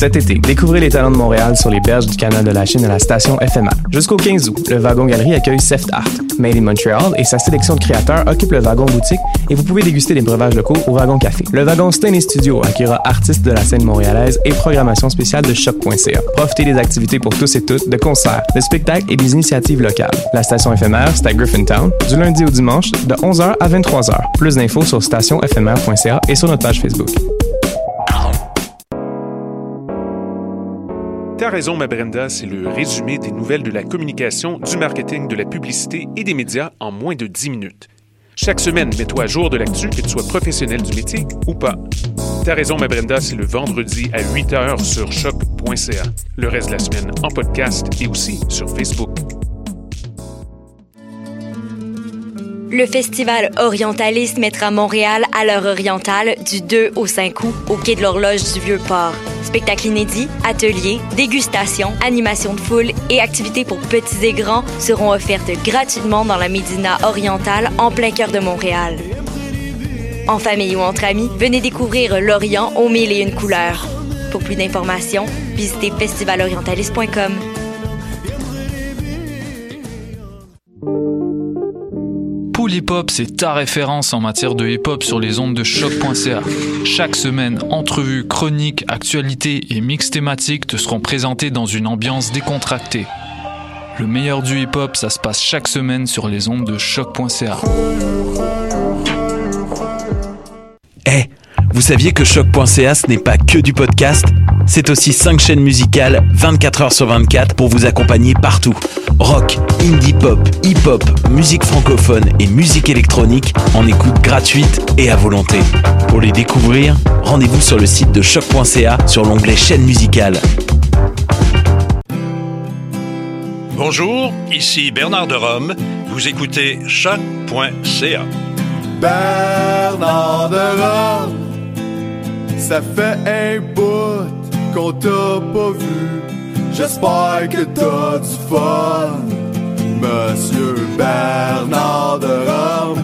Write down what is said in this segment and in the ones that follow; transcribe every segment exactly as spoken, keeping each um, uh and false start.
Cet été, découvrez les talents de Montréal sur les berges du canal de la Chine à la station F M A. Jusqu'au quinze août, le Wagon Galerie accueille Seft Art. Made in Montreal et sa sélection de créateurs occupe le Wagon Boutique et vous pouvez déguster des breuvages locaux au Wagon Café. Le Wagon Stain Studio accueillera artistes de la scène montréalaise et programmation spéciale de choc point c a. Profitez des activités pour tous et toutes, de concerts, de spectacles et des initiatives locales. La station éphémère, c'est à Griffintown, du lundi au dimanche, de onze heures à vingt-trois heures. Plus d'infos sur station f m r point c a et sur notre page Facebook. T'as raison, ma Brenda, c'est le résumé des nouvelles de la communication, du marketing, de la publicité et des médias en moins de dix minutes. Chaque semaine, mets-toi à jour de l'actu, que tu sois professionnel du métier ou pas. T'as raison, ma Brenda, c'est le vendredi à huit heures sur choc point c a. Le reste de la semaine en podcast et aussi sur Facebook. Le festival Orientalisme mettra Montréal à l'heure orientale du deux au cinq août au quai de l'Horloge du Vieux-Port. Spectacles inédits, ateliers, dégustations, animations de foule et activités pour petits et grands seront offertes gratuitement dans la Médina orientale en plein cœur de Montréal. En famille ou entre amis, venez découvrir l'Orient aux mille et une couleurs. Pour plus d'informations, visitez festival orientaliste point com. Pool Hip Hop, c'est ta référence en matière de hip-hop sur les ondes de choc point c a. Chaque semaine, entrevues, chroniques, actualités et mix thématiques te seront présentés dans une ambiance décontractée. Le meilleur du hip-hop, ça se passe chaque semaine sur les ondes de choc point c a. Eh, hey, vous saviez que choc point c a ce n'est pas que du podcast? C'est aussi cinq chaînes musicales vingt-quatre heures sur vingt-quatre pour vous accompagner partout. Rock, indie pop, hip-hop, musique francophone et musique électronique en écoute gratuite et à volonté. Pour les découvrir, rendez-vous sur le site de choc point c a sur l'onglet chaîne musicale. Bonjour, ici Bernard de Rome. Vous écoutez choc point c a. Bernard de Rome, ça fait un bout qu'on t'a pas vu. J'espère que t'as du fun, Monsieur Bernard de Rome.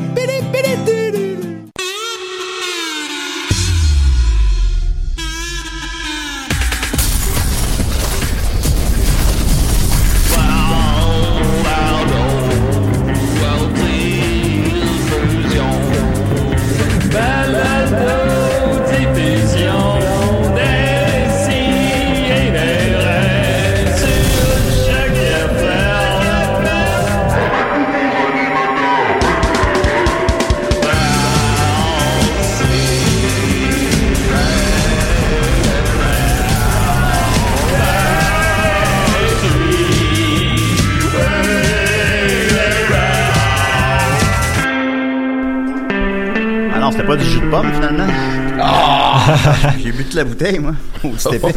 C'était pas du jus de pomme, finalement. Oh! J'ai bu toute la bouteille, moi. Oh, c'était fait.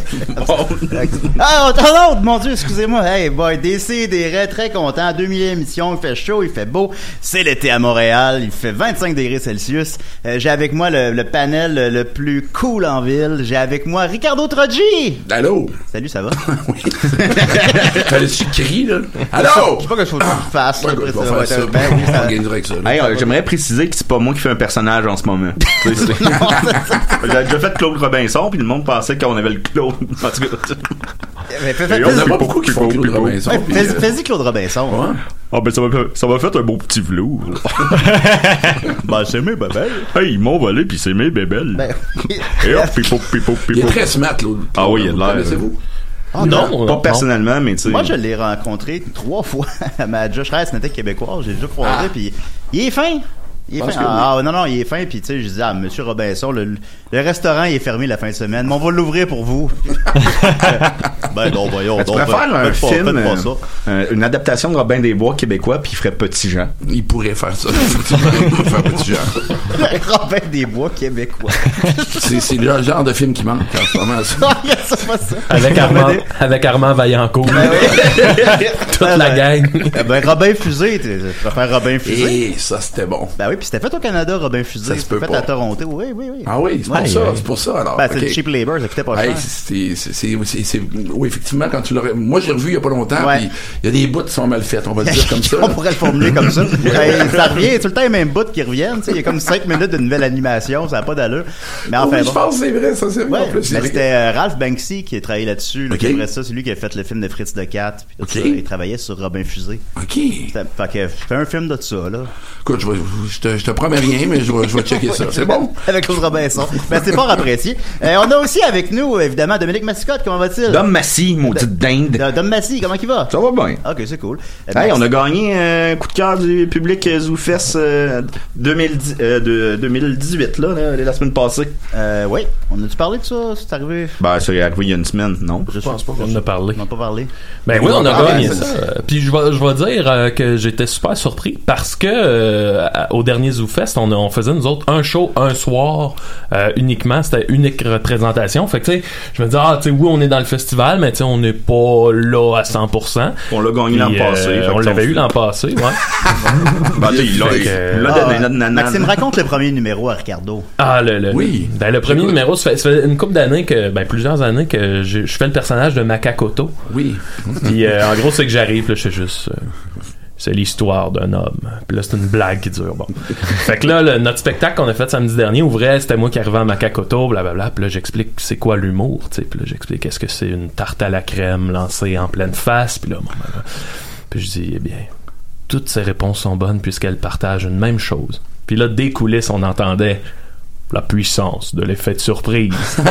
Ah, oh, non, mon Dieu, excusez-moi. Hey, boy, D C, des raies, très content. deux mille émissions, il fait chaud, il fait beau. C'est l'été à Montréal, il fait vingt-cinq degrés Celsius. Euh, j'ai avec moi le, le panel le plus cool en ville. J'ai avec moi Ricardo Troggi. Allô? Salut, ça va? Oui. Fallait-tu crier, là? Allô? Je sais pas que je faut que tu fasses. Ouais, je vais faire ça. Ben, oui, ça... avec ça. Hey, euh, j'aimerais préciser que c'est pas moi qui fais un personnage en ce moment. J'avais déjà fait Claude Robinson, puis le monde pensait qu'on avait le Claude. En tout cas. Mais fais, fais, il y en a pas beaucoup qui font Claude Robinson. Ouais, fais, euh... Fais-y Claude Robinson. Ouais. Ah ben ça m'a fait, ça m'a fait un beau petit velours. Ben c'est mes bébelles. Hey, ils m'ont volé puis c'est mes bébelles. Ben, et hop, pipo, pipo, pipo. Il est très smart, Claude. Ah oui, il a de l'air. Connaissez-vous? Ah non, non, pas non. personnellement, mais tu sais. Moi, je l'ai rencontré trois fois à ma Josh Rice, Nathalie québécois. J'ai déjà croisé, ah. Puis il est fin. Il est fin. Ah, oui. Non, non, il est fin. Puis, tu sais, je disais à Monsieur Robinson, le, le restaurant, il est fermé la fin de semaine, mais on va l'ouvrir pour vous. Ben, non, voyons. Ben, tu pourrais faire un film, pas, pas ça. Euh, une adaptation de Robin des Bois québécois, puis il ferait Petit Jean. Il pourrait faire ça. Il pourrait faire Petit Jean. Robin des Bois québécois. c'est, c'est le genre de film qui manque en ce moment. Ça. c'est pas ça. Avec Armand, avec Armand Vaillancourt. Ben, oui. Toute ben, la gang. Ben, Robin Fusé, tu préfères Robin Fusé? Et ça, c'était bon. Ben oui. oui, puis c'était fait au Canada, Robin Fusé. Ça se peut fait pas. à Toronto. Oui, oui, oui. Ah oui, c'est pour Ouais, ça, ouais. c'est pour ça, alors. Ben, c'est ok. le cheap labor, ça coûtait pas cher. Hey, c'est, c'est, c'est, c'est, c'est, oui, effectivement, quand tu l'aurais, moi, j'ai revu il y a pas longtemps, Ouais. puis il y a des bouts qui sont mal faits, on va le dire comme ça. On pourrait le formuler comme ça. Ben, ça revient, tout le temps les mêmes bouts qui reviennent, tu sais, il y a comme cinq minutes de nouvelle animation, ça n'a pas d'allure. Mais enfin, oui, bon. je pense que c'est vrai, ça, c'est vrai, Ouais, en plus. c'est mais vrai. c'était euh, Ralph Banksy qui a travaillé là-dessus. Là, Ok. puis après ça, c'est lui qui a fait le film de Fritz de Cat. Puis tout Ok. ça. Il travaillait sur Robin Fusé. OK. C'était- Fait que je fais un film de ça, là. Écoute, je, vais, je, te, je te promets rien, mais je vais, je vais checker ça. C'est bon? Avec Claude Robinson. Ben, c'est fort apprécié. Euh, on a aussi avec nous, évidemment, Dominique Massicotte. Comment va-t-il? Dom Massy, maudite dinde. D- Dom Massy, comment il va? Ça va bien. Ok, c'est cool. Euh, Hey, Max- on a gagné un coup de cœur du public euh, ZooFest euh, deux mille dix, euh, de deux mille dix-huit, là, là, la semaine passée. Euh, oui. On a-tu parlé de ça? C'est arrivé? Ben, c'est arrivé il y a une semaine, non? Je pense pas. On en a parlé. On n'a pas parlé. Ben oui, on a Ah, gagné ben, ça. Euh, Puis je vais, je vais dire euh, que j'étais super surpris parce que euh, à- au dernier ZooFest, on, a- on faisait nous autres un show un soir euh, uniquement. C'était unique représentation. Fait que tu sais, je me dis ah tu sais oui on est dans le festival, mais tu sais on n'est pas là à cent pour cent. On l'a gagné l'an Puis, passé. euh, fait on que l'avait ça, eu l'an passé, ouais. Ben, tu sais, il l'a Fait que, il euh, l'a Ah, donné, ouais. notre nanan. Maxime, raconte le premier numéro à Ricardo. Ah, le, le, Oui. Ben, le premier numéro, ça fait, ça fait une couple d'années que, ben, plusieurs années que je, je fais le personnage de Makakoto. Oui. Puis, euh, en gros, c'est que j'arrive, là, je fais juste, euh, c'est l'histoire d'un homme. Puis là, c'est une blague qui dure, bon. Fait que là, le- notre spectacle qu'on a fait samedi dernier ouvrait, c'était moi qui arrivais à Makakoto, blablabla. Puis là, j'explique c'est quoi l'humour, tu sais. Puis là, j'explique est-ce que c'est une tarte à la crème lancée en pleine face. Puis là, bon, ben, là. Puis je dis, eh bien, toutes ces réponses sont bonnes puisqu'elles partagent une même chose. Puis là, des coulisses, on entendait la puissance de l'effet de surprise.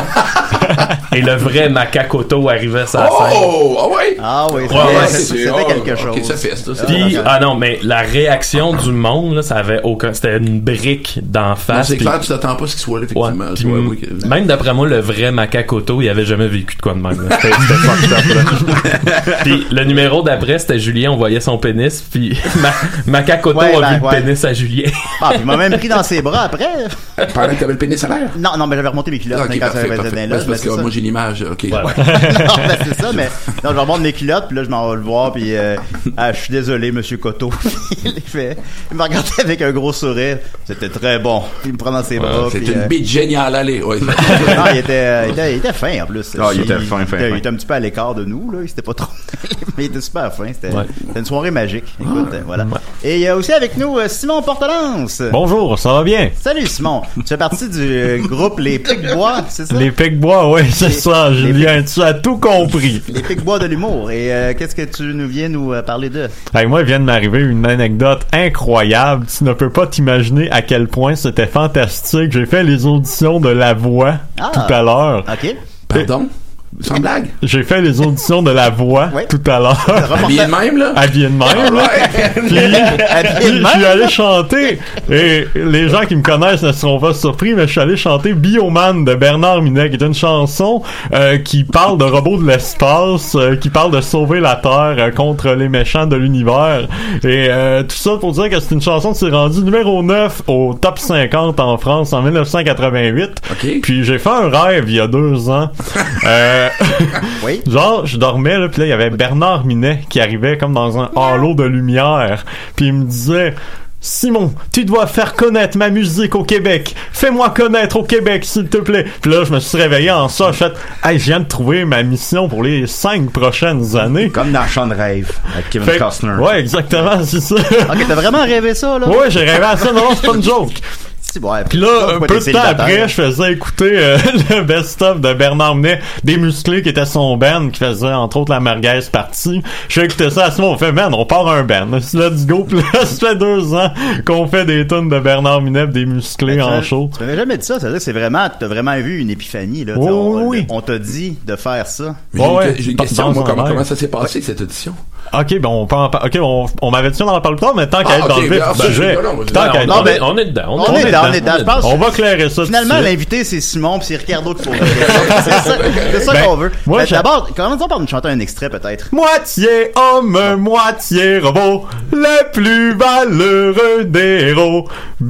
Et le vrai Makakoto arrivait sur la scène. Oh! Ah ouais? Ah oui, Ouais, c'était, ouais, c'était oh, quelque chose. Ok, ça fait ça. ça Puis, fait- ah non, mais la réaction du monde, là, ça avait aucun. C'était une brique d'en Non, face. c'est puis- clair, tu t'attends pas à ce qu'il soit là, Ouais, effectivement. puis Tu vois, m- oui, que- même d'après moi, le vrai Makakoto, il avait jamais vécu de quoi de même. là. C'était c'était fucked up, là. Puis le numéro d'après, c'était Julien, on voyait son pénis, puis Ma- Makakoto Ouais, a ben, vu le ouais. pénis à Julien. Ah, puis il m'a même pris dans ses bras après. Pendant que t'avais le pénis à l'air. Non, non, mais j'avais remonté mes culottes Ah, ok, quand parfait, ça avait parfait. été Ben, là. c'est parce que moi j'ai l'image, ok. Ouais. non, ben, c'est ça, mais non, je remonte mes culottes, puis là, je m'en vais le voir, puis euh, ah, je suis désolé, monsieur Coteau. il, fait, il me regardait avec un gros sourire. C'était très bon. Il me prend dans ses bras. C'est puis, une euh, bite géniale, allez. Ouais. non, il était, euh, il, était, il était fin en plus. Ah, il était fin, fin, il, était, fin. il était un petit peu à l'écart de nous, là. Il s'était pas trop. mais il était super fin. C'était, Ouais. c'était une soirée magique. Écoute, euh, voilà. Et il y a aussi avec nous euh, Simon Portelance. Bonjour, ça va bien? Salut Simon. Tu fais partie du euh, groupe Les Pics-Bois, c'est ça? Les Pics-Bois, oui, c'est Les- ça, les Julien, tu as tout compris. Les Pics-Bois de l'humour. Et euh, qu'est-ce que tu nous viens nous euh, parler de? Hey, moi, il vient de m'arriver une anecdote incroyable. Tu ne peux pas t'imaginer à quel point c'était fantastique. J'ai fait les auditions de La Voix Ah. tout à l'heure. OK. Pardon? Sans blague? J'ai fait les auditions de La Voix Ouais. tout à l'heure. Habillé de même, là? Habillé de même, là. Puis, Habillé de je suis même? allé chanter. Et les gens qui me connaissent ne seront pas surpris, mais je suis allé chanter Bioman de Bernard Minet, qui est une chanson euh, qui parle de robots de l'espace, euh, qui parle de sauver la Terre euh, contre les méchants de l'univers. Et euh, tout ça pour dire que c'est une chanson qui s'est rendue numéro neuf au top cinquante en France en dix-neuf cent quatre-vingt-huit. OK. Puis j'ai fait un rêve il y a deux ans. Euh, Oui. Genre, je dormais, là, puis là, il y avait Bernard Minet qui arrivait comme dans un halo de lumière. Puis il me disait... Simon, tu dois faire connaître ma musique au Québec. Fais-moi connaître au Québec, s'il te plaît. Puis là, je me suis réveillé en ça. Je fait, hey, je viens de trouver ma mission pour les cinq prochaines années. Comme dans Champ de rêve, avec Kevin Fait- Costner. Ouais, exactement, c'est ça. OK, t'as vraiment rêvé ça, là? Ouais, j'ai rêvé à ça. Non, non, c'est pas une joke. Si, bon, ouais, Puis là, un pas peu des de temps célibataires. après, je faisais écouter euh, le best-of de Bernard Minet, des musclés qui était son band, qui faisait entre autres la merguez partie. Je fais écouter ça à ce moment, on fait, man, on part un band. Let's go. Puis là, ça fait deux ans qu'on fait des tunes de Bernard Minet, pis des musclés Mais en tu- show. Tu m'avais jamais dit ça, ça veut dire que c'est vraiment, t'as vraiment vu une épiphanie, là. Oh, T'sais, on, oui. on t'a dit de faire ça. J'ai Ouais, une, ouais. j'ai une Dans- question, dans moi, un comment, air. comment ça s'est passé, cette audition? Ok, ben on peut en par- Ok, on, on m'avait dit on en parle plus tard, mais tant qu'à Ah, être ok, dans le vif bien, du ben, sujet. non, non, Tant non, qu'à être non, dans le- mais- On est dedans. On, est dedans, on est dedans. Je pense On va clairer ça. tout de finalement, suite. l'invité, c'est Simon, puis c'est Ricardo qui pose la question. C'est ça, c'est ça Ben, qu'on veut. moi, Mais j'ai- d'abord, commençons par nous chanter un extrait, peut-être. Moitié homme, moitié robot, le plus valeureux des héros.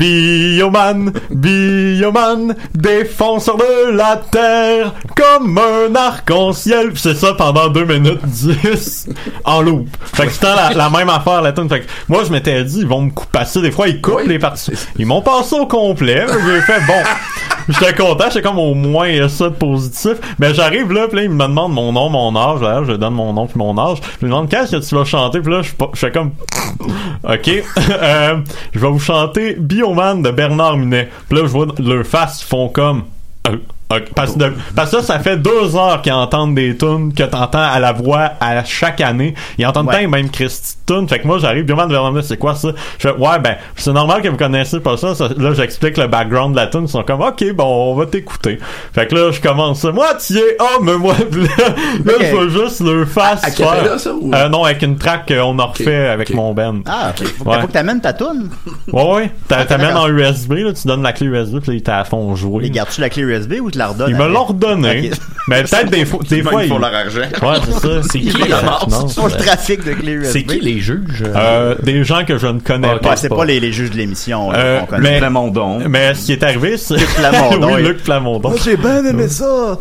Bioman, Bioman, défenseur de la terre, comme un arc-en-ciel. Puis c'est ça pendant deux minutes dix en loop. loop. Fait que c'est la, la même affaire, la tune. Fait que moi, je m'étais dit, ils vont me couper passer. Des fois, ils coupent oui. les parties. Ils m'ont passé au complet. J'ai fait, bon, j'étais content. J'étais comme au moins ça de positif. Mais j'arrive là, puis là, ils me demandent mon nom, mon âge. Là, je donne mon nom puis mon âge. Je me demande, qu'est-ce que tu vas chanter? Puis là, je fais comme, OK. euh, je vais vous chanter Bioman de Bernard Minet. Puis là, je vois leur face, ils font comme, euh, Okay. Parce, de, parce que là, ça fait deux heures qu'ils entendent des tunes que t'entends à la voix à chaque année. Ils entendent ouais. pas les mêmes Christy de tunes. Fait que moi, j'arrive, Bioman de Bernard, c'est quoi ça? Je fais, ouais, ben, c'est normal que vous connaissez pas ça. ça là, j'explique le background de la tune. Ils sont comme, OK, bon, on va t'écouter. Fait que là, je commence ça. Moi, tu es, oh, mais moi, là, là okay. je vais juste le face. À, à faire. Là, ça, ou... euh, non, avec une track qu'on a refait okay. avec okay. mon band. Ah, OK. Faut, ouais. faut que t'amènes ta tune. Ouais, ouais. T'a, t'amènes en U S B, là, tu donnes la clé U S B, puis là, ils t'as font jouer. Et gardes-tu la clé U S B ou tu la redonnes? Ils me l'ont redonné. Okay. Mais peut-être des fois, des fois, ils font leur argent. Ouais, c'est ça. C'est qui la masse? Pour le trafic de clé U S B. C'est qui les juges? Euh, des gens que je ne connais okay, pas. Ouais, c'est pas, pas les, les juges de l'émission. Euh, on connaît. Mais, Plamondon. Mais ce qui est arrivé, c'est... Luc Plamondon. Oui, Luc Plamondon. Moi, j'ai bien aimé ça.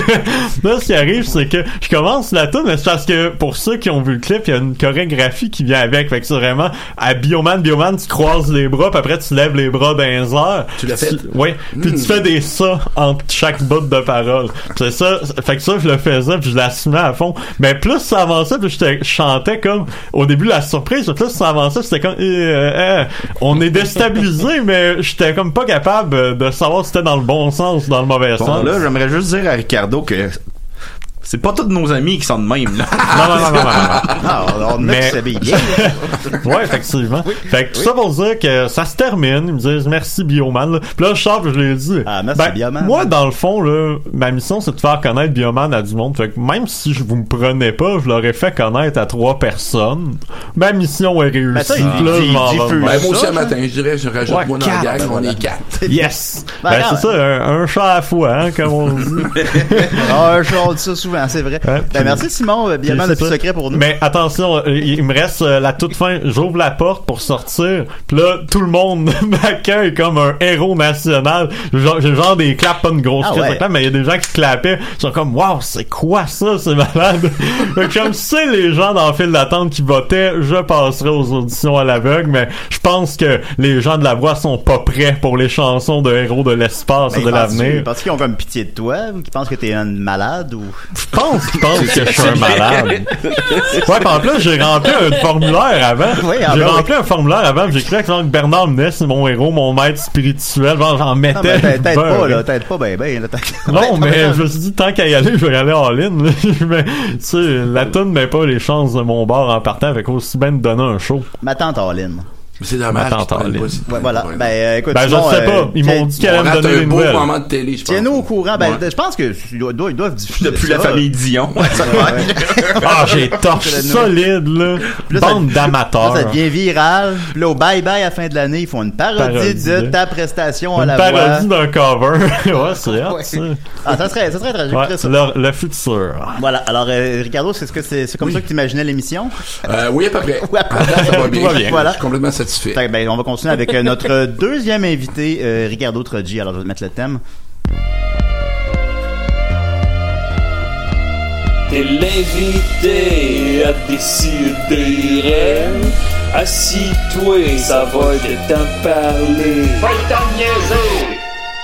Là, ce qui arrive, c'est que je commence la tune, mais c'est parce que pour ceux qui ont vu le clip, il y a une chorégraphie qui vient avec. Fait que c'est vraiment à Bioman, Bioman, tu croises les bras, puis après tu lèves les bras dans les airs. Tu l'as fait? Oui. Puis mm. tu fais des ça entre chaque bout de parole. C'est ça. Fait que ça, je le faisais, puis je l'assumais à fond. Mais plus ça avançait, puis je chantais comme au début la surprise, plus ça avançait, c'était comme euh, euh, on est déstabilisé, mais j'étais comme pas capable de savoir si c'était dans le bon sens ou dans le mauvais bon, sens. Là, j'aimerais juste dire à Ricardo que c'est pas tous nos amis qui sont de même, là. Non, non, non, non, non. non. non on mais... s'habille bien. Ouais, effectivement. Oui, fait que tout oui. ça pour dire que ça se termine. Ils me disent merci Bioman. Là. Puis là, je sors, je l'ai dit. Ah, merci ben, Bioman. Moi, dans le fond, là, ma mission, c'est de faire connaître Bioman à du monde. Fait que même si je vous me prenais pas, je l'aurais fait connaître à trois personnes. Ma mission est réussie. Ben, ça, il, là, il, je m'en vais. Ben, moi aussi, un matin, je dirais, je rajoute ouais, moi dans quatre, la gang, on est quatre. Yes! Ben, ben c'est ça, un, un chat à la fois, hein, comme on dit. Ah, un chat, on dit ça souvent, c'est vrai. Ouais. Ben, merci Simon, Bioman a plus secret pour nous. Mais attention, il me reste euh, la toute fin. J'ouvre la porte pour sortir, puis là tout le monde m'accueille comme un héros national. Genre, j'ai genre des claps, pas une grosse ah, ouais. clap, mais il y a des gens qui clappaient. Ils sont comme waouh, c'est quoi ça, c'est malade. Fait que comme c'est les gens dans le fil d'attente qui votaient, je passerai aux auditions à l'aveugle, mais je pense que les gens de la voix sont pas prêts pour les chansons de héros de l'espace ben, et de l'avenir. Parce qu'ils ont comme pitié de toi, ou qu'ils pensent que t'es un malade ou. Je pense qu'ils pensent que je suis un malade. Ouais, en plus, j'ai rempli un formulaire avant. Oui, j'ai ben rempli oui. un formulaire avant, j'ai écrit que Bernard Minet, c'est mon héros, mon maître spirituel. Genre, j'en mettais. Non, t'aides pas, là. T'aides pas, ben, ben. Là, non, mais je me suis dit, tant qu'à y aller, je vais y aller en ligne. Mais, tu sais, la toune met pas les chances de mon bord en partant, avec aussi bien de donner un show. Ma tante en ligne. Mais c'est dommage. Ouais, voilà. Ben, euh, écoute, ben, je sinon, sais pas. Euh, Ils m'ont dit qu'elle allait me donner des nouvelles. Moment de télé, je pense. Tiens-nous au courant. Ben, ouais. je pense que ils doivent, ils doivent diffuser depuis la famille Dion. Ah, j'ai torche solide, là. là Bande ça, d'amateurs. Là, ça devient viral. Puis là, au bye-bye à la fin de l'année, ils font une parodie, parodie de ta prestation à la voix. Une parodie d'un cover. Ouais, c'est hot, ça. Ah, ça serait, ça serait tragique. Ouais, ça. Le, le futur. Voilà. Alors, euh, Ricardo, c'est, -ce que c'est, c'est comme oui. ça que tu imaginais l'émission? Euh, oui, à peu près. Oui, à peu près. Ça va bien. Voilà. Je suis complètement satisfait. Ben, on va continuer avec euh, notre deuxième invité, euh, Ricardo Troggi. Alors, je vais mettre le thème. T'es l'invité à décider. Assis-toi, ça va être temps de parler. Pas le temps de niaiser.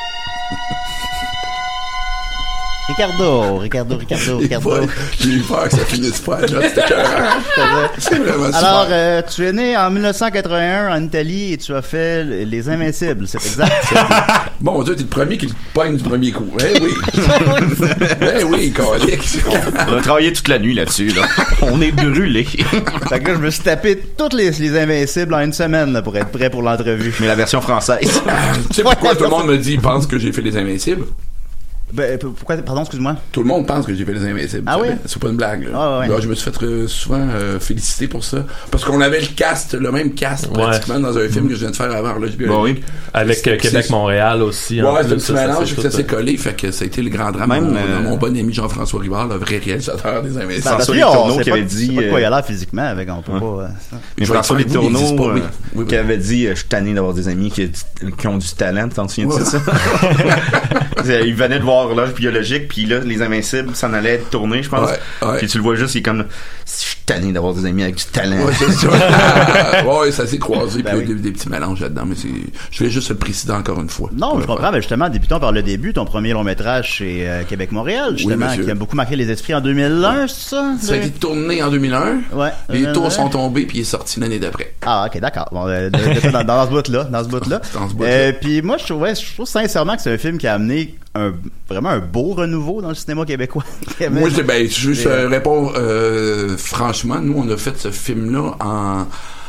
Ricardo, Ricardo, Ricardo, Ricardo. J'ai eu peur que ça finisse pas, là. C'était cœur. C'est vraiment super. Alors, euh, tu es né en dix-neuf cent quatre-vingt-un en Italie et tu as fait Les Invincibles, c'est exact. Bon Dieu, t'es le premier qui le pogne du premier coup. Eh oui. Eh oui, colique. On a travaillé toute la nuit là-dessus, là. On est brûlés. Fait que là, je me suis tapé toutes les, les Invincibles en une semaine là, pour être prêt pour l'entrevue. Mais la version française. Tu sais pourquoi tout le monde me dit, pense que j'ai fait Les Invincibles? Ben, pourquoi, pardon, excuse-moi. Tout le monde pense que j'ai fait Les Invincibles. Ah oui? C'est pas une blague, là. Ah, ouais. Là, je me suis fait euh, souvent euh, féliciter pour ça. Parce qu'on avait le cast, le même cast, ouais. pratiquement, dans un film que je viens de faire avant l'Horloge biologique. Bon, oui. Avec euh, Québec-Montréal aussi. Ouais, c'est un petit mélange, ça s'est collé, fait que ça a été le grand drame. Même mon, euh... mon bon ami Jean-François Rivard, le vrai réalisateur des Invincibles. Ben, François Letourneau qui avait dit... pas de quoi il a l'air physiquement, avec, on peut pas... Mais François Letourneau qui avait dit, je suis tanné d'avoir des amis qui ont du talent, t'en souviens de ça? Il venait de voir horloge biologique, puis là, les Invincibles s'en allaient tourner, je pense. Ouais, ouais. Puis tu le vois juste, il est comme, je suis tanné d'avoir des amis avec du talent. Ouais, c'est ça. ouais, ça s'est croisé, Ben puis oui. il y a des, des petits mélanges là-dedans, mais c'est, je voulais juste le préciser encore une fois. Non, je comprends, mais justement, débutons par le début, ton premier long métrage chez euh, Québec-Montréal, justement, monsieur. qui a beaucoup marqué les esprits en deux mille un, c'est ça? Ça a été tourné en deux mille un. Ouais. Les tours Ouais. sont tombés, puis il est sorti l'année d'après. Ah, ok, d'accord. Bon, euh, de- de- dans, dans ce bout-là, dans ce bout-là. Dans ce bout-là. Euh, puis moi, je trouve, ouais, je trouve sincèrement que c'est un film qui a amené un, vraiment un beau renouveau dans le cinéma québécois. Moi, je, ben, je veux juste euh, répondre euh, franchement. Nous, on a fait ce film-là en...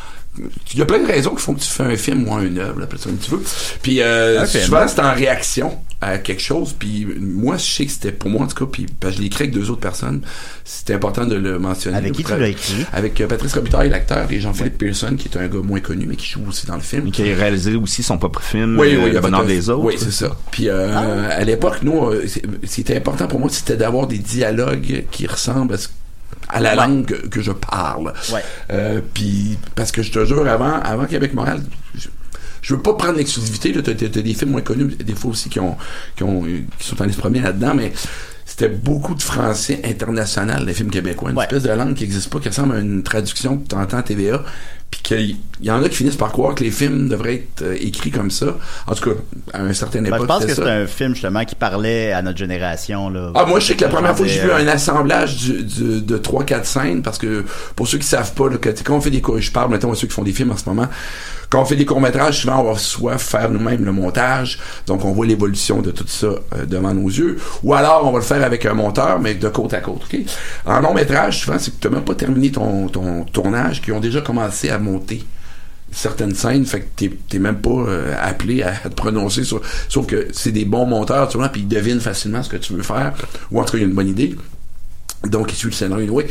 Il y a plein de raisons qui font que tu fais un film ou une œuvre, appelle ça comme tu veux. Puis euh, Un film. souvent, c'est en réaction à quelque chose. Puis moi, je sais que c'était pour moi, en tout cas, puis parce que je l'ai écrit avec deux autres personnes. C'était important de le mentionner. Avec qui tu l'as écrit? Avec euh, Patrice Robitaille, l'acteur, et Jean-Philippe Pearson, qui est un gars moins connu, mais qui joue aussi dans le film. Qui a réalisé aussi son propre film, Oui, oui, euh, il y Le a Bonheur fait un- des autres. Oui, c'est ça. Puis euh, Ah. à l'époque, nous, euh, c'est- c'était important pour moi, c'était d'avoir des dialogues qui ressemblent à, ce- à la Ouais. langue que, que je parle. Ouais. Euh, puis parce que je te jure, avant, avant Québec-Montréal, je, je veux pas prendre l'exclusivité. Là, t'as, t'as, t'as des films moins connus, des fois aussi qui ont, qui ont, qui sont allés se promener là-dedans, mais c'était beaucoup de français international, les films québécois. Une Ouais. espèce de langue qui n'existe pas, qui ressemble à une traduction que tu entends à T V A. Puis qu'il y en a qui finissent par croire que les films devraient être euh, écrits comme ça. En tout cas, à une certaine Ben, époque, je pense que c'était c'est ça. un film, justement, qui parlait à notre génération, là. Ah, moi, je sais que la première fois que j'ai vu Euh, un assemblage du, du- de trois quatre scènes, parce que pour ceux qui savent pas, là, que, tu sais, quand on fait des cours, je parle maintenant à ceux qui font des films en ce moment, quand on fait des courts-métrages, souvent, on va soit faire nous-mêmes le montage, donc on voit l'évolution de tout ça euh, devant nos yeux, ou alors on va le faire avec un monteur, mais de côte à côte, ok? En long-métrage, souvent, c'est que tu n'as même pas terminé ton, ton tournage, qui ont déjà commencé à monter certaines scènes, fait que t'es, t'es même pas euh, appelé à, à te prononcer sur, sauf que c'est des bons monteurs, tu vois, puis ils devinent facilement ce que tu veux faire, ou en tout cas, il y a une bonne idée. Donc, ils suivent le scénario, anyway.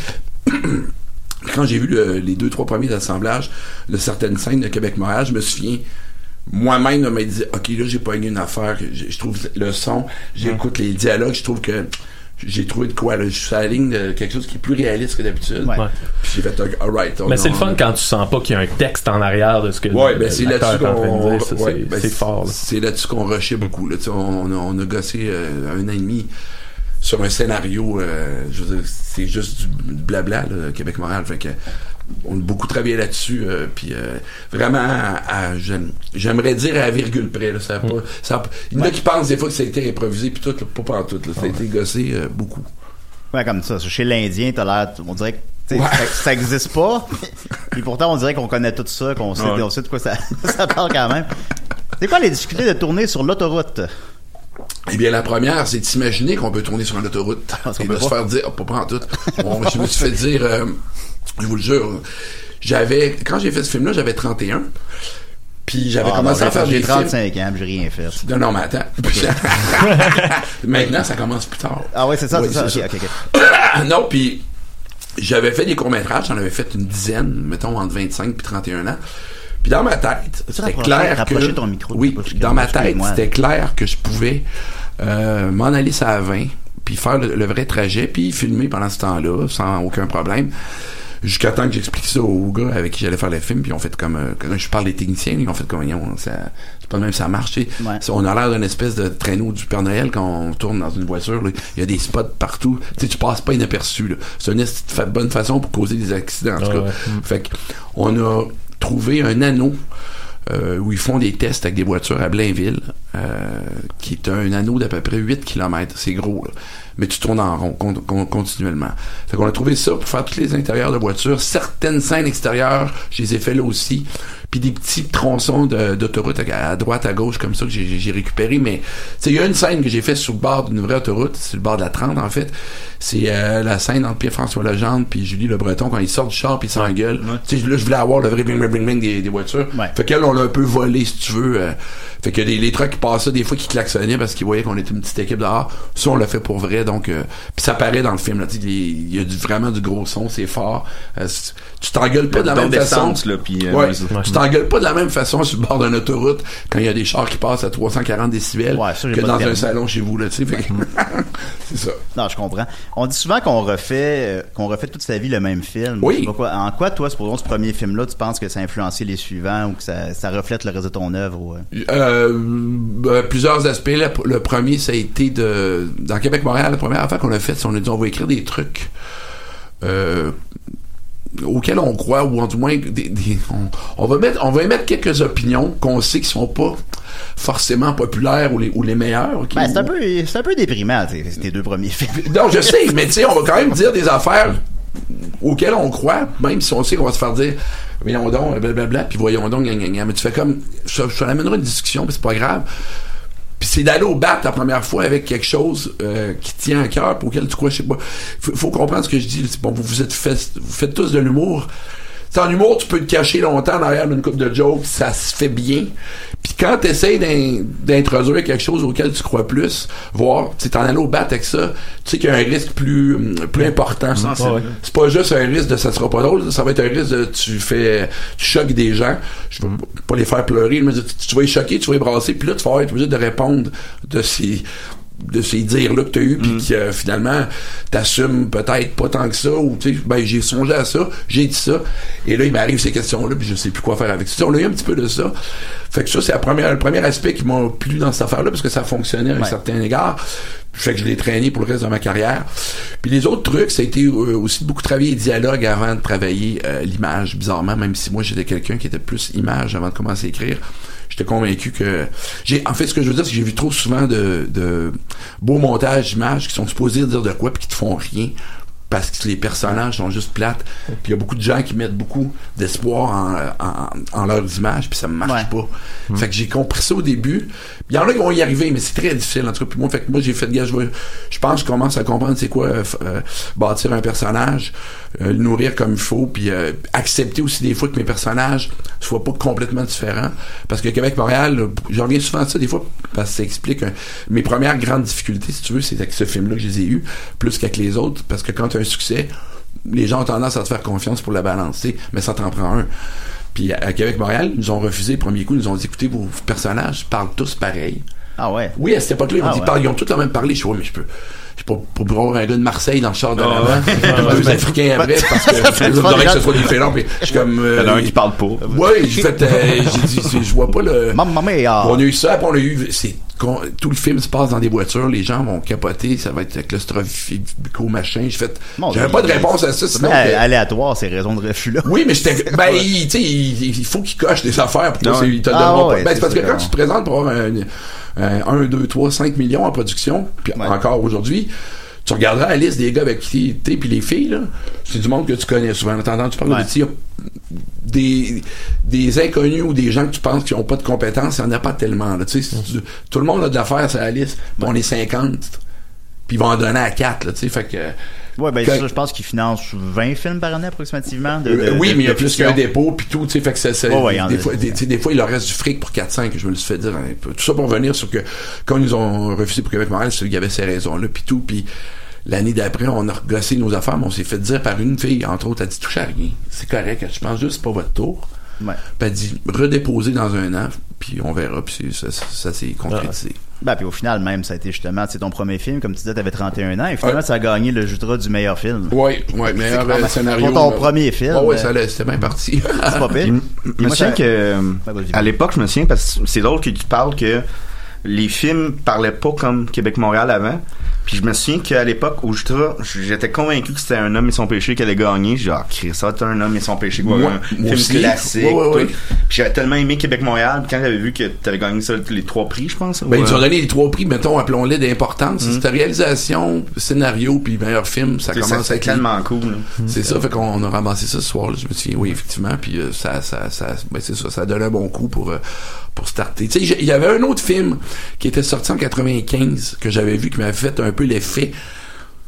Quand j'ai vu le- les deux, trois premiers assemblages de certaines scènes de Québec-Montréal, je me souviens, moi-même, là, m'a dit, OK, là, j'ai pas eu une affaire, que je, je trouve le son, j'écoute les dialogues, je trouve que j'ai trouvé de quoi, là, je suis sur la ligne de quelque chose qui est plus réaliste que d'habitude. Ouais. Puis j'ai fait, alright. Mais c'est le fun quand tu sens pas qu'il y a un texte en arrière de ce que Ouais, le- ben c'est l'acteur là-dessus est en train de qu'on, dire. Ça, ouais, c'est, ben, c'est fort. là. C'est là-dessus qu'on rushait beaucoup. Là, tu sais, on, on a, on a gossé euh, un an et demi sur un scénario. Euh, je veux dire, c'est juste du blabla, là, Québec-Montréal. Fait que on a beaucoup travaillé là-dessus. Euh, puis euh, vraiment, à, à- j'aime- j'aimerais dire à la virgule près. Là, ça a pas, ça a- il y en a qui pensent des fois que ça a été improvisé, puis tout, là, pas par tout. Là, ça a été gossé euh, beaucoup. Ouais, comme ça. Chez l'Indien, t'as l'air, on dirait que tu sais, Ouais. ça, ça existe pas. Et pourtant, on dirait qu'on connaît tout ça, qu'on sait, Ouais. on sait de quoi ça, ça parle quand même. C'est quoi les difficultés de tourner sur l'autoroute? Eh bien, la première, c'est d'imaginer qu'on peut tourner sur une autoroute et peut de se pas. faire dire, oh, pas prendre tout. Bon, je me suis fait dire, euh, je vous le jure, j'avais, quand j'ai fait ce film-là, j'avais trente et un. Puis j'avais Ah, commencé non, à faire j'ai des films. trente-cinq ans, puis j'ai rien fait. Non, non, mais attends. Maintenant, ça commence plus tard. Ah ouais, c'est ça, Oui, c'est ça. c'est Ok, ok, ok. Non, puis j'avais fait des courts-métrages, j'en avais fait une dizaine, mettons, entre vingt-cinq puis trente et un ans. Puis dans ma tête, c'était rapprocher- clair rapprocher que... ton micro, oui, parce que- dans ma tête, excuse-moi. c'était clair que je pouvais euh, m'en aller ça à vingt, puis faire le, le vrai trajet, puis filmer pendant ce temps-là, sans aucun problème. Jusqu'à temps que j'explique ça aux gars avec qui j'allais faire le film, puis ils ont fait comme... Euh, quand je parle des techniciens, ils ont fait comme... Ils ça, c'est pas de même, ça marche, tu sais. Ouais. Ça, on a l'air d'une espèce de traîneau du Père Noël quand on tourne dans une voiture. Là. Il y a des spots partout. Tu sais, tu passes pas inaperçu. Là. C'est une esti- fa- bonne façon pour causer des accidents, en tout Ah cas. ouais. Fait que on a trouvé un anneau euh, où ils font des tests avec des voitures à Blainville, euh, qui est un anneau d'à peu près huit kilomètres. C'est gros, là. Mais tu tournes en rond con- con- continuellement. Fait qu'on a trouvé ça pour faire tous les intérieurs de voitures. Certaines scènes extérieures, je les ai fait là aussi. Puis des petits tronçons de, d'autoroute à, à droite, à gauche, comme ça, que j'ai, j'ai récupéré. Mais, tu sais, il y a une scène que j'ai faite sur le bord d'une vraie autoroute. C'est le bord de la trente, en fait. C'est euh, la scène entre Pierre-François Legendre puis Julie Le Breton quand ils sortent du char puis ils s'engueulent. Tu sais, là, je voulais avoir le vrai bling bling bling bling des, des voitures. Ouais. Fait qu'elle, on l'a un peu volé, si tu veux. Euh, fait que les, les trucks qui passaient, des fois, qui klaxonnaient parce qu'ils voyaient qu'on était une petite équipe dehors. Ça, on l'a fait pour vrai. Donc, euh, pis Puis ça paraît dans le film, là. Il y a du, vraiment du gros son, c'est fort. Euh, tu t'engueules pas de la même façon. Là, pis, euh, ouais, ouais. Tu t'engueules pas de la même façon sur le bord d'une autoroute quand il y a des chars qui passent à trois cent quarante décibels ouais, ça, que dans un salon chez vous, là, tu sais. Fait que c'est ça. Non, je comprends. On dit souvent qu'on refait, euh, qu'on refait toute sa vie le même film. Oui. Je sais pas quoi. En quoi, toi, supposons, ce premier film-là, tu penses que ça a influencé les suivants ou que ça, ça reflète le reste de ton œuvre? Ouais? Euh, ben, plusieurs aspects. Le, le premier, ça a été de, dans Québec-Montréal, la première affaire qu'on a faite, c'est on a dit, on va écrire des trucs, euh, auxquels on croit, ou en du moins, des, des, on, on va mettre, on va émettre quelques opinions qu'on sait qui sont pas forcément populaires ou les, ou les meilleures. Okay? Ben, c'est un peu, c'est un peu déprimant, tes deux premiers films. Non, je sais, mais tu sais, on va quand même dire des affaires auxquelles on croit, même si on sait qu'on va se faire dire, voyons donc, blablabla, puis voyons donc, gna, gna, gna. Mais tu fais comme, je, je amènerai une discussion, puis c'est pas grave. Puis c'est d'aller au bat la première fois avec quelque chose euh, qui tient à cœur, pour lequel tu crois, je sais pas. Faut, faut comprendre ce que je dis. Bon, vous vous êtes fait, vous faites tous de l'humour. T'sais, en humour, tu peux te cacher longtemps derrière une coupe de jokes, ça se fait bien. Puis quand t'essayes d'in- d'introduire quelque chose auquel tu crois plus, voir, tu t'en aller au bat avec ça, tu sais qu'il y a un risque plus plus important. Sensible. Ouais. C'est pas juste un risque de ça sera pas drôle, ça va être un risque de tu fais tu choques des gens. Je veux pas les faire pleurer, mais tu, tu vas les choquer, tu vas les brasser, puis là tu vas être obligé de répondre de ces de ces dires-là que t'as eu, puis mm. que euh, finalement t'assumes peut-être pas tant que ça, ou tu sais, ben j'ai songé à ça, j'ai dit ça, et là il m'arrive ces questions-là, puis je sais plus quoi faire avec ça. On a eu un petit peu de ça. Fait que ça, c'est la première, le premier aspect qui m'a plu dans cette affaire-là, parce que ça fonctionnait à un ouais. certain égard. Fait que je l'ai traîné pour le reste de ma carrière. Puis les autres trucs, ça a été euh, aussi beaucoup travailler dialogue avant de travailler euh, l'image, bizarrement, même si moi j'étais quelqu'un qui était plus image avant de commencer à écrire. J'étais convaincu que j'ai en fait ce que je veux dire c'est que j'ai vu trop souvent de, de beaux montages d'images qui sont supposés dire de quoi puis qui te font rien parce que les personnages sont juste plates. Puis il y a beaucoup de gens qui mettent beaucoup d'espoir en, en, en leurs images, puis ça me marche ouais. pas. Mmh. Fait que j'ai compris ça au début. Il y en a qui vont y arriver, mais c'est très difficile en tout cas. Puis moi, fait que moi j'ai fait de gars, je, je pense que je commence à comprendre c'est quoi euh, euh, bâtir un personnage, euh, le nourrir comme il faut, puis euh, accepter aussi des fois que mes personnages soient pas complètement différents. Parce que Québec-Montréal, j'en reviens souvent à ça des fois, parce que ça explique un, mes premières grandes difficultés, si tu veux, c'est avec ce film-là que je les ai eues, plus qu'avec les autres, parce que quand tu as un succès, les gens ont tendance à te faire confiance pour la balancer, mais ça t'en prend un. Puis à Québec-Montréal, ils nous ont refusé le premier coup, ils nous ont dit écoutez, vos personnages parlent tous pareil. Ah ouais? Oui, à cette époque-là, ils, ah dit, ouais. ils ont tous la même parlé. Je dis, ouais, mais je peux. Je peux pour, pour avoir un gars de Marseille dans le char de l'avant, oh, deux Africains après, parce que je voudrais que ce soit différent. Puis je suis comme. Euh, il y en a un qui parle pas. Ouais, j'ai fait. Euh, j'ai dit, je vois pas le. Maman mia. On a eu ça, puis on a eu. C'est, tout le film se passe dans des voitures, les gens vont capoter, ça va être claustrophico machin. J'ai fait. Bon, j'avais pas de réponse à ça. Sinon, mais aléatoire, ces raisons de refus là. Oui, mais j'étais. Ben, tu sais, il faut qu'il coche des affaires, puis là, il te le donneront pas. Ben, c'est parce que quand tu te présentes pour avoir un. un, deux, trois, cinq millions en production, puis ouais. encore aujourd'hui, tu regarderas la liste des gars avec qui t'es, puis les filles, là, c'est du monde que tu connais souvent. En attendant, tu parles ouais. de des, des inconnus ou des gens que tu penses qui n'ont pas de compétences, il n'y en a pas tellement. Là, tu sais, mm. tu, tout le monde a de l'affaire sur la liste, puis on est cinquante, puis ils vont en donner à quatre, là, tu sais, fait que... Ouais, ben ça, je pense qu'ils financent vingt films par année approximativement. De, de, oui, de, mais il y a de plus fiction. qu'un dépôt puis tout, tu sais, fait que ça, ça ouais, ouais, des fois, des, des fois il leur reste du fric pour quatre cinq, je me le suis fait dire. Hein, tout ça pour revenir sur que quand ils nous ont refusé pour Québec-Montréal, il y avait ces raisons-là puis tout, puis l'année d'après, on a regossé nos affaires, mais on s'est fait dire par une fille, entre autres, elle dit touche à rien, c'est correct, je pense juste c'est pas votre tour. Ouais. Puis elle dit redéposer dans un an, puis on verra, puis ça, ça, ça s'est concrétisé. Ah. Ben, puis au final, même, ça a été justement, c'est ton premier film, comme tu disais, t'avais trente et un ans, et finalement, ouais. ça a gagné le Jutra du meilleur film. Oui, oui, meilleur euh, scénario. Pour ton euh, premier film. Oh, oui, ça allait, c'était bien parti. C'est pas pire. Je me souviens que, à l'époque, je me souviens, parce que c'est drôle que tu parles que les films parlaient pas comme Québec-Montréal avant. Puis je me souviens qu'à l'époque, au Jutra, j'étais convaincu que c'était Un homme et son péché qui allait gagner. J'ai dit, ah, Chris, ça, t'as Un homme et son péché, quoi, moi, un moi film aussi. Classique. Ouais, ouais, ouais. Puis j'avais tellement aimé Québec-Montréal, puis quand j'avais vu que t'avais gagné ça, les trois prix, je pense. Ben, ou, ils ont donné les trois prix, mettons, appelons-les d'importance. Mm. C'était réalisation, scénario, puis meilleur film, ça c'est commence ça, à être tellement cool. Mm. C'est ça, fait qu'on a ramassé ça ce soir-là, je me souviens, oui, effectivement, puis euh, ça, ça, ça, ben, c'est ça, ça donne un bon coup pour, euh, pour starter. Tu sais, il y avait un autre film qui était sorti en quatre-vingt-quinze, que j'avais vu, qui m'avait fait un peu l'effet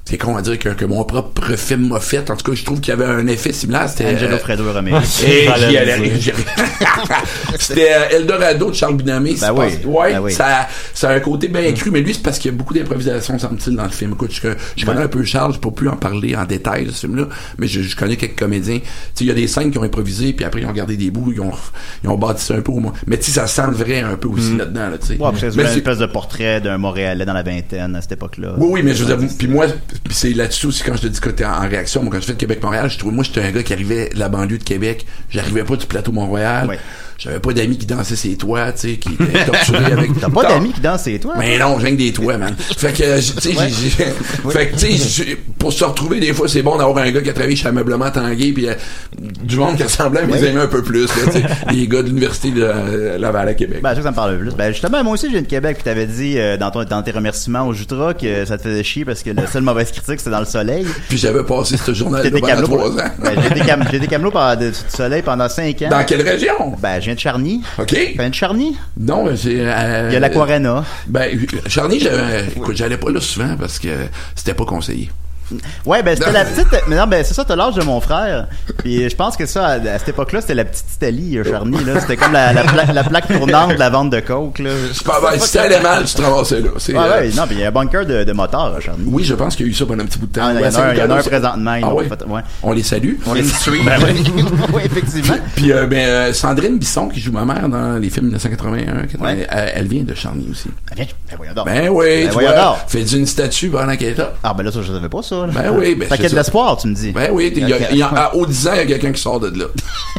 c'est con à dire que, que mon propre film m'a fait. En tout cas, je trouve qu'il y avait un effet similaire. C'était Angelo euh, Fredo Ramirez. Et j'y allais. j'y- C'était euh, Eldorado de Charles Binamé. Ben oui. Ouais, Ben oui. ça, ça a un côté bien cru, mais lui, c'est parce qu'il y a beaucoup d'improvisation, semble-t-il, dans le film. Écoute, je, je connais Ouais. un peu Charles, je peux plus en parler en détail de ce film-là, mais je, je connais quelques comédiens. Tu sais, il y a des scènes qui ont improvisé, puis après, ils ont gardé des bouts, ils ont, ils ont bâti ça un peu au moins. Mais tu sais, ça sent le vrai un peu aussi Mm. là-dedans, là, tu sais. Ouais, puis c'est Mais une c'est- espèce de portrait d'un Montréalais dans la vingtaine à cette époque-là. Oui, oui, mais je vous avoue, puis moi, puis c'est là-dessus aussi quand je te dis que t'es en, en réaction, moi, quand je fais de Québec-Montréal, je trouvais, moi, j'étais un gars qui arrivait de la banlieue de Québec, j'arrivais pas du plateau Mont-Royal, Ouais. j'avais pas d'amis qui dansaient ses toits, tu sais, qui étaient torturés avec... T'as pas d'amis qui dansent et toi? Mais non, j'ai que des toits, man. Fait que, euh, tu sais, Ouais. j'ai- j'ai- fait que, tu sais, j'ai- pour se retrouver, des fois, c'est bon d'avoir un gars qui a travaillé chez Ameublement Tanguay, puis euh, du monde qui ressemblait à mes Ouais. amis un peu plus, là, tu sais, les gars de l'université de euh, Laval à Québec. Ben, je sais que ça me parle plus. Ben, justement, moi aussi, je viens de Québec, puis t'avais dit, euh, dans, ton, dans tes remerciements au Jutra, que ça te faisait chier parce que la seule mauvaise critique, c'était dans le soleil. Puis j'avais passé ce journal-là J'étais pendant camelot trois pour- ans. Ben, j'ai été cam- j'ai été camelot pendant de, du soleil pendant cinq ans. Dans quelle région? Ben, je viens de Charny. OK. Tu connais de Charny? Non, c'est... Euh, Il y a l'Aquarena. Ben, Charny, j'avais- écoute, j'allais pas là souvent parce que c'était pas conseillé. Ouais, ben c'était la petite. Mais non, ben c'est ça, t'as l'âge de mon frère. Puis je pense que ça, à, à cette époque-là, c'était la petite Italie, euh, Charny. Là, c'était comme la, la, pla- la plaque tournante de la vente de coke. Là. C'est pas vrai. Si ça allait mal, tu te ramassais là. C'est, Ouais, euh, ouais, non, puis il y a un bunker de, de motards à Charny. Oui, je pense qu'il y a eu ça pendant un petit bout de temps. Ah, il y en a Ouais, un, il y en a un ça- présentement. ils Ah l'ont ouais? fait- ouais. On les salue. On les salue. Ben oui. Oui, effectivement. Puis euh, ben euh, Sandrine Bisson qui joue ma mère dans les films mille neuf cent quatre-vingt-un, quatre-vingt, Ouais. elle, elle vient de Charny aussi. Ben, viens, ben voyons donc. Ben oui, Ben tu voyons vois, donc. fais-tu une statue pendant qu'elle est là. Ah ben là, ça, je savais pas ça. Là. Ben oui, ben Fait qu'il y a c'est de ça. l'espoir, tu me dis. Ben oui, il y a, Ok. il y a- à- au dix ans, il y a quelqu'un qui sort de là.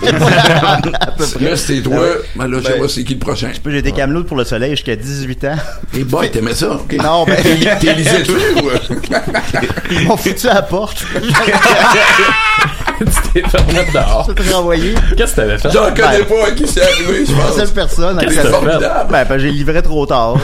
À peu près. Là, c'était toi, Ben oui. ben là, je sais Ben, pas c'est qui le prochain. J'ai été camelot pour le soleil jusqu'à dix-huit ans. Et boy, t'aimais ça? ok. Non, ben. T'es lisais-tu ou? Ils m'ont foutu à la porte. Tu t'es fait remettre dehors. Je t'ai renvoyé. Qu'est-ce que t'avais fait? J'en connais Ben, pas à qui c'est arrivé, je La pense. seule personne. Qu'est-ce avec que la- t'as fait? Formidable. Ben, ben, j'ai livré trop tard.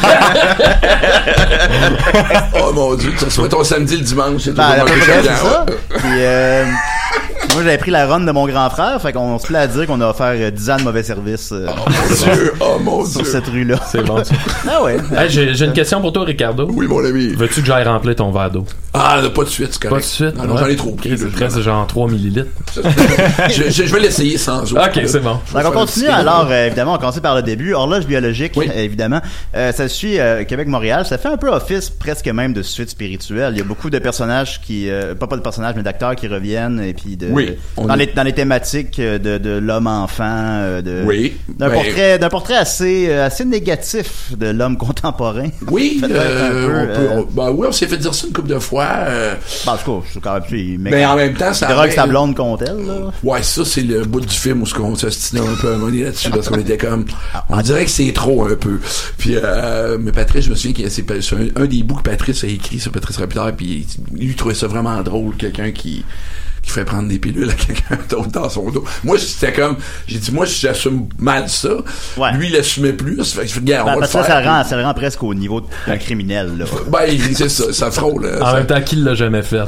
là. Oh mon dieu, tu reçois ton samedi le dimanche, c'est Ben, toujours à un peu peu près, c'est chiant, ça. ouais. Puis, euh, moi, j'avais pris la run de mon grand frère, fait qu'on se plaît à dire qu'on a offert euh, dix ans de mauvais service euh, Oh mon dieu, oh mon sur dieu. cette rue-là. C'est bon, ça. Ah ouais. Hey, j'ai, j'ai une question pour toi, Ricardo. Oui, mon ami. Veux-tu que j'aille remplir ton verre d'eau? Ah, pas de suite, c'est correct. Pas de suite. Non, non, ouais. j'en ai trop pris. Il là, te reste genre trois millilitres. je, je, je vais l'essayer sans eau. Ok, c'est bon. Donc, on continue alors, euh, évidemment, on commence par le début. Horloge biologique, Oui. euh, évidemment. Euh, ça suit euh, Québec-Montréal. Ça fait un peu office presque même de suite spirituelle. Il y a beaucoup de personnages qui, euh, pas pas de personnages, mais d'acteurs qui reviennent et puis de, Oui, on dans, est- les, dans les thématiques euh, de, de l'homme-enfant, euh, de, Oui. d'un Ben, portrait, d'un portrait assez, euh, assez négatif de l'homme contemporain. Oui, Faites-le euh, un peu, on peut, euh, on- ben oui, on s'est fait dire ça une couple de fois. Euh, Ben, en tout cas, je suis quand même plus, mec. mais en même temps, ça il drogue avait- sa blonde contre elle, là. Ouais, ça, c'est le bout du film où on s'ostinait un peu à un moment donné là-dessus, parce qu'on était comme, on dirait que c'est trop un peu. Puis, euh, mais Patrice, je me souviens que c'est pas- c'est un, un des bouts que Patrice a écrit sur Patrice Robitaille, puis lui, il trouvait ça vraiment drôle, quelqu'un qui, qui fait prendre des pilules à quelqu'un d'autre dans son dos. Moi, c'était comme, j'ai dit, moi, j'assume mal ça. Ouais. Lui, il assumait plus. Fait que je fais, regarde, Ben, on va le parce que ça, faire. ça rend, ça le rend presque au niveau d'un criminel, là. Ben, c'est ça, ça frôle. là, En ça- même temps, qui l'a jamais fait?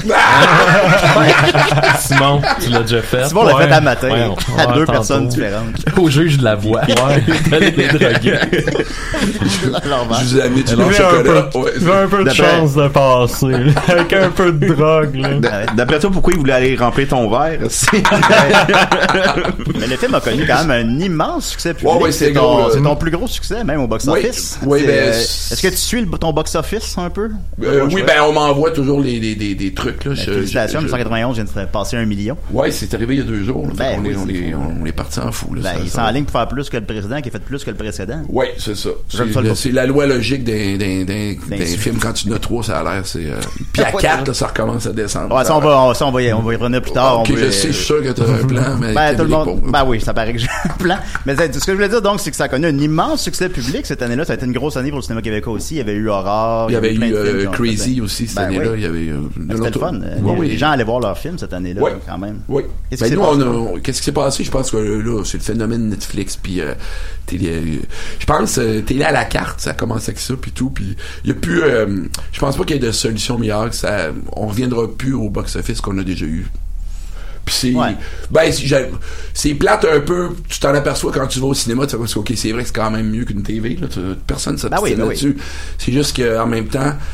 Simon, tu l'as déjà fait? Simon l'a Ouais. fait à matin, Ouais, on- à ouais, deux tantôt. personnes différentes. Au juge de la voix. Ouais. D'aller les droguer. Alors, ben, Je vous ai amené du Il long avait un chocolat. peu, Ouais, il avait un peu de D'après- chance de passer, là, avec un peu de drogue, là. D- D'après toi, pourquoi il voulait aller remplir ton verre? C'est- Mais le film a connu quand même un immense succès public. Ouais, ouais, c'est c'est gros, ton, là. c'est ton plus gros succès, même au box-office. Oui, oui, C'est, ben, euh, c'est- Est-ce que tu suis le- ton box-office un peu? Euh, Ouais, oui, je- ben on m'envoie toujours les, les, des, des trucs là. Ben, Je- félicitations, je- mille neuf cent quatre-vingt-onze vient de faire passer un million. Ouais, c'est arrivé il y a deux jours. là. Ben Fait qu'on oui, est, on, c'est est, fou. on est parti en fou. Là, Ben, ça- il ça- s'enligne pour faire plus que le précédent, qui a fait plus que le précédent. Ouais, c'est ça. C'est, J'aime ça, le le- book. c'est la loi logique d'un, d'un, d'un, Ben, d'un c'est- film. Quand tu en as trois, ça a l'air. C'est, euh... Puis à Ouais, quatre, ouais. là, ça recommence à descendre. Ouais, ça, on va, on, ça, on va, y, on va y revenir plus tard. Ok, on peut, je sais, je suis sûr que t'as un plan, mais. Ben, tout le Camille, monde. bon. Ben oui, ça paraît que j'ai un plan. Mais c'est- ce que je voulais dire, donc, c'est que ça a connu un immense succès public cette année-là. Ça a été une grosse année pour le cinéma québécois aussi. Il y avait eu Horror. Il y avait plein eu de films euh, qui ont fait- Crazy aussi cette Ben année-là. oui. Il y avait. euh, de C'était le l'autre- fun. Ouais, les, oui. les gens allaient voir leurs films cette année-là, Ouais. quand même. Oui. Qu'est-ce Ben qui s'est nous, on passé? a, qu'est-ce qui s'est passé? Je pense que là, c'est le phénomène Netflix, puis euh, télé. euh, je pense euh, télé à la carte, ça a commencé avec ça, puis tout, puis il y a plus. Euh, je pense pas qu'il y ait de solution meilleure que ça. On reviendra plus au box-office qu'on a déjà eu. Puis c'est, Ouais. ben c'est, j'ai- c'est plate un peu. Tu t'en aperçois quand tu vas au cinéma, tu sais, ok, c'est vrai que c'est quand même mieux qu'une T V. Là, tu- personne s'obstine Ben oui, ben oui. là-dessus. C'est juste que en même temps.